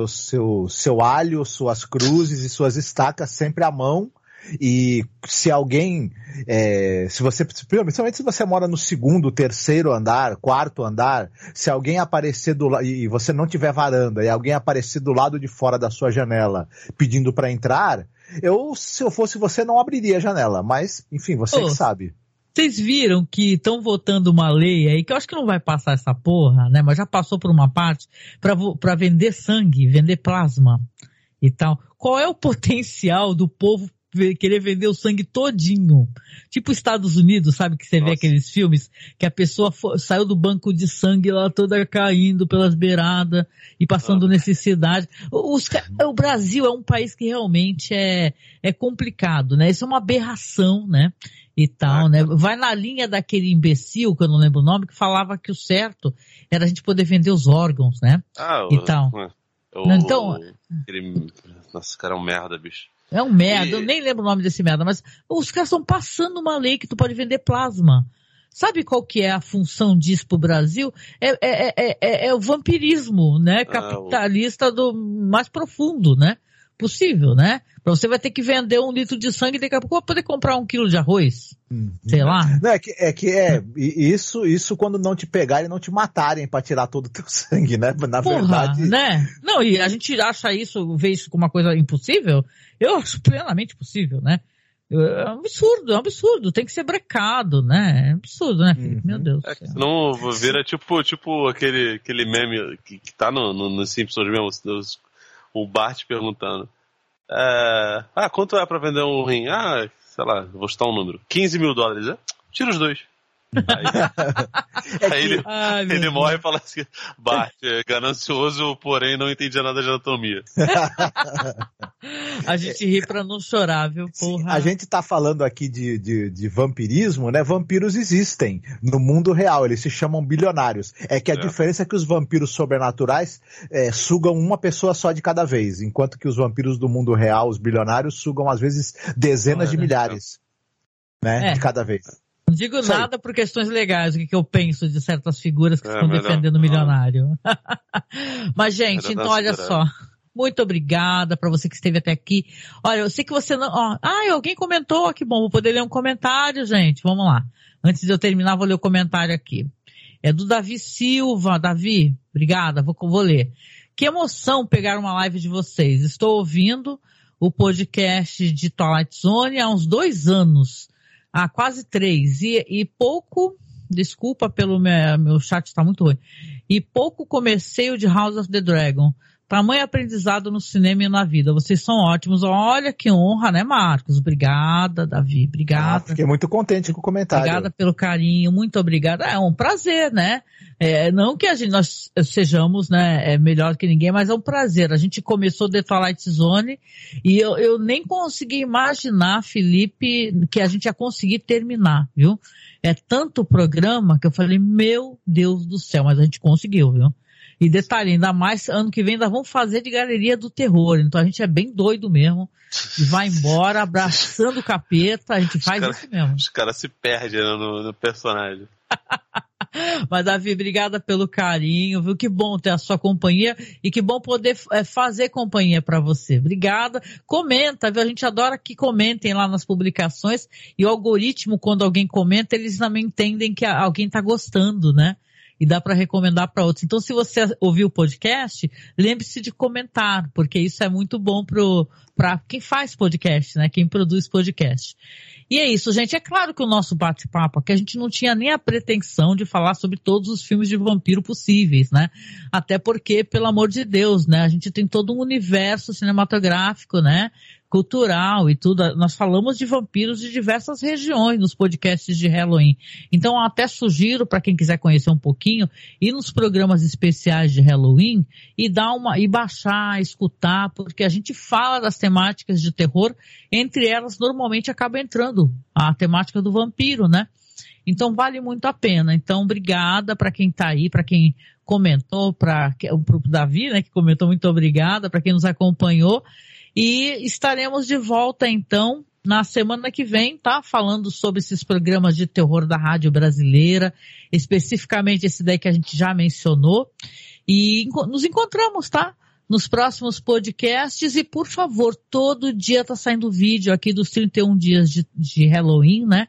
Speaker 11: alho, suas cruzes e suas estacas sempre à mão. E se alguém, principalmente se você mora no 2º, 3º andar, 4º andar, se alguém aparecer e você não tiver varanda, e alguém aparecer do lado de fora da sua janela pedindo para entrar, se eu fosse você, não abriria a janela, mas, enfim, você que sabe.
Speaker 9: Vocês viram que estão votando uma lei aí, que eu acho que não vai passar essa porra, né, mas já passou por uma parte, para vender sangue, vender plasma e tal. Qual é o potencial do povo querer vender o sangue todinho? Tipo Estados Unidos, sabe, que você vê aqueles filmes que a pessoa saiu do banco de sangue lá toda caindo pelas beiradas e passando necessidade. O Brasil é um país que realmente é complicado, né? Isso é uma aberração, né? E tal, né? Vai na linha daquele imbecil, que eu não lembro o nome, que falava que o certo era a gente poder vender os órgãos, né? E tal. Então...
Speaker 10: Nossa, cara, é um merda, bicho.
Speaker 9: É um merda, eu nem lembro o nome desse merda, mas os caras estão passando uma lei que tu pode vender plasma. Sabe qual que é a função disso pro Brasil? É o vampirismo, né? Capitalista do mais profundo, né? Possível, né? Você vai ter que vender 1 litro de sangue e daqui a pouco vai poder comprar 1 quilo de arroz. Sei lá.
Speaker 11: Não, isso quando não te pegarem e não te matarem pra tirar todo o teu sangue, né? Na verdade.
Speaker 9: Né? Não, e a gente acha isso, vê isso como uma coisa impossível? Eu acho plenamente possível, né? É um absurdo, tem que ser brecado, né? É um absurdo, né, Felipe? Meu Deus.
Speaker 10: Senão vira tipo aquele meme que tá no Simpsons mesmo, o Bart perguntando. Quanto é pra vender um rim? Sei lá, vou chutar um número. $15 mil. Tira os 2. Aí ele morre e fala assim: Bart, ganancioso, porém não entendia nada de anatomia.
Speaker 9: A gente ri pra não chorar, viu, porra.
Speaker 11: A gente tá falando aqui de vampirismo, né? Vampiros existem no mundo real, eles se chamam bilionários. É que a diferença é que os vampiros sobrenaturais sugam uma pessoa só de cada vez, enquanto que os vampiros do mundo real, os bilionários, sugam às vezes dezenas de milhares, né? De cada vez.
Speaker 9: Não digo nada por questões legais, o que eu penso de certas figuras que estão defendendo o milionário. Mas, gente, então olha só. Muito obrigada para você que esteve até aqui. Olha, eu sei que você não... alguém comentou, que bom, vou poder ler um comentário, gente. Vamos lá. Antes de eu terminar, vou ler o comentário aqui. É do Davi Silva. Davi, obrigada, vou ler. Que emoção pegar uma live de vocês. Estou ouvindo o podcast de Twilight Zone há uns 2 anos. Quase 3. E pouco, desculpa pelo meu chat, está muito ruim. E pouco comecei o de House of the Dragon. Tamanho aprendizado no cinema e na vida. Vocês são ótimos. Olha que honra, né, Marcos? Obrigada, Davi. Obrigada.
Speaker 11: Fiquei muito contente com o comentário.
Speaker 9: Obrigada pelo carinho. Muito obrigada. É um prazer, né? Não que nós sejamos, né, melhor que ninguém, mas é um prazer. A gente começou The Twilight Zone e eu nem consegui imaginar, Felipe, que a gente ia conseguir terminar, viu? É tanto programa que eu falei, meu Deus do céu, mas a gente conseguiu, viu? E detalhe, ainda mais, ano que vem ainda vamos fazer de Galeria do Terror. Então a gente é bem doido mesmo. E vai embora abraçando o capeta, a gente faz isso mesmo.
Speaker 10: Os caras se perdem no personagem.
Speaker 9: Mas, Davi, obrigada pelo carinho, viu? Que bom ter a sua companhia e que bom poder fazer companhia para você. Obrigada. Comenta, viu? A gente adora que comentem lá nas publicações e o algoritmo, quando alguém comenta, eles também entendem que alguém tá gostando, né? E dá para recomendar para outros. Então, se você ouviu o podcast, lembre-se de comentar, porque isso é muito bom para quem faz podcast, né? Quem produz podcast. E é isso, gente. É claro que o nosso bate-papo aqui, a gente não tinha nem a pretensão de falar sobre todos os filmes de vampiro possíveis, né? Até porque, pelo amor de Deus, né? A gente tem todo um universo cinematográfico, né? Cultural e tudo. Nós falamos de vampiros de diversas regiões nos podcasts de Halloween. Então, eu até sugiro para quem quiser conhecer um pouquinho, ir nos programas especiais de Halloween e baixar, escutar, porque a gente fala das temáticas de terror, entre elas normalmente acaba entrando a temática do vampiro, né? Então, vale muito a pena. Então, obrigada para quem está aí, para quem comentou, para o Davi, né, que comentou, muito obrigada, para quem nos acompanhou. E estaremos de volta, então, na semana que vem, tá? Falando sobre esses programas de terror da rádio brasileira, especificamente esse daí que a gente já mencionou. E nos encontramos, tá? Nos próximos podcasts. E, por favor, todo dia tá saindo vídeo aqui dos 31 dias de Halloween, né?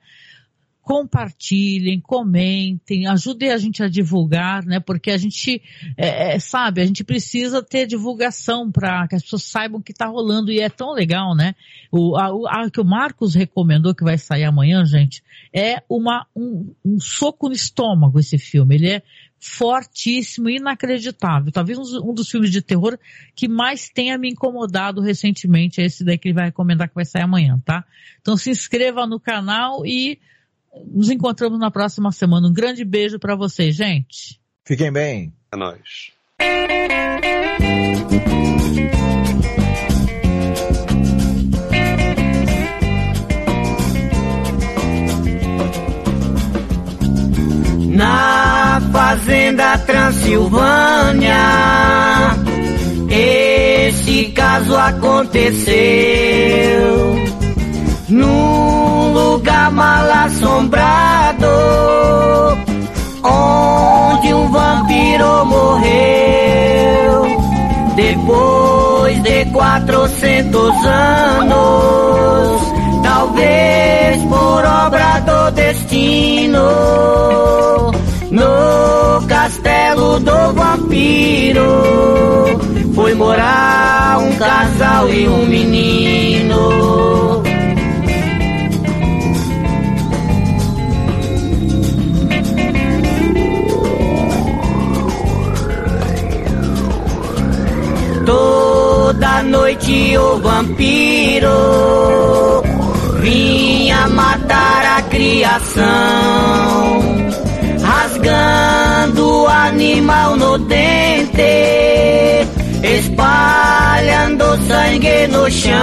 Speaker 9: Compartilhem, comentem, ajudem a gente a divulgar, né? Porque a gente, sabe, a gente precisa ter divulgação para que as pessoas saibam o que tá rolando e é tão legal, né? Que o Marcos recomendou, que vai sair amanhã, gente, é um soco no estômago esse filme. Ele é fortíssimo, inacreditável. Talvez um dos filmes de terror que mais tenha me incomodado recentemente é esse daí que ele vai recomendar, que vai sair amanhã, tá? Então se inscreva no canal e nos encontramos na próxima semana. Um grande beijo pra vocês, gente.
Speaker 11: Fiquem bem.
Speaker 10: É nóis.
Speaker 12: Na Fazenda Transilvânia caso aconteceu num lugar mal assombrado, onde um vampiro morreu depois de 400 anos, talvez por obra do destino. No castelo do vampiro foi morar um casal e um menino. Toda noite o vampiro vinha matar a criação, rasgando o animal no dente, espalhando sangue no chão.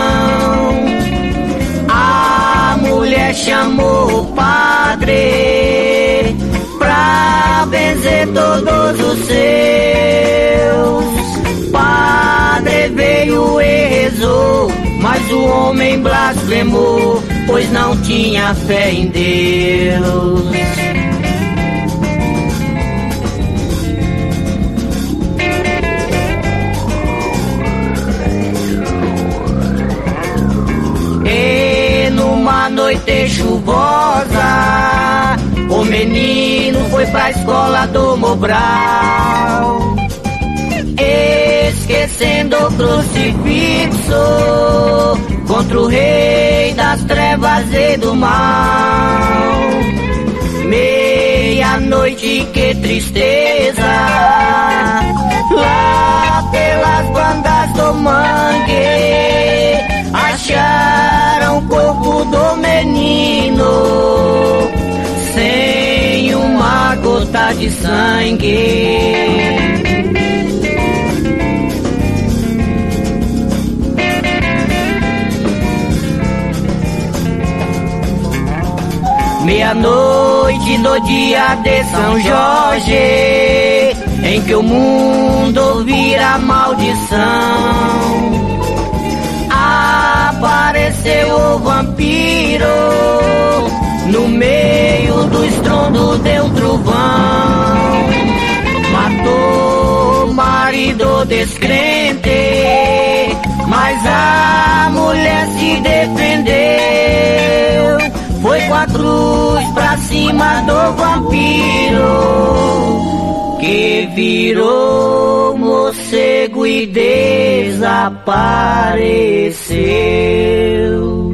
Speaker 12: A mulher chamou o padre pra benzer todos os seus. Padre veio e rezou, mas o homem blasfemou, pois não tinha fé em Deus. E numa noite chuvosa, o menino foi pra escola do Mobral, esquecendo o crucifixo contra o rei das trevas e do mal. Meia-noite, que tristeza, lá pelas bandas do mangue, acharam o corpo do menino sem uma gota de sangue. Meia-noite no dia de São Jorge, em que o mundo vira maldição, apareceu o vampiro no meio do estrondo de um trovão. Matou o marido descrente, mas a mulher se defendeu. Foi com a cruz pra cima do vampiro, que virou morcego e desapareceu.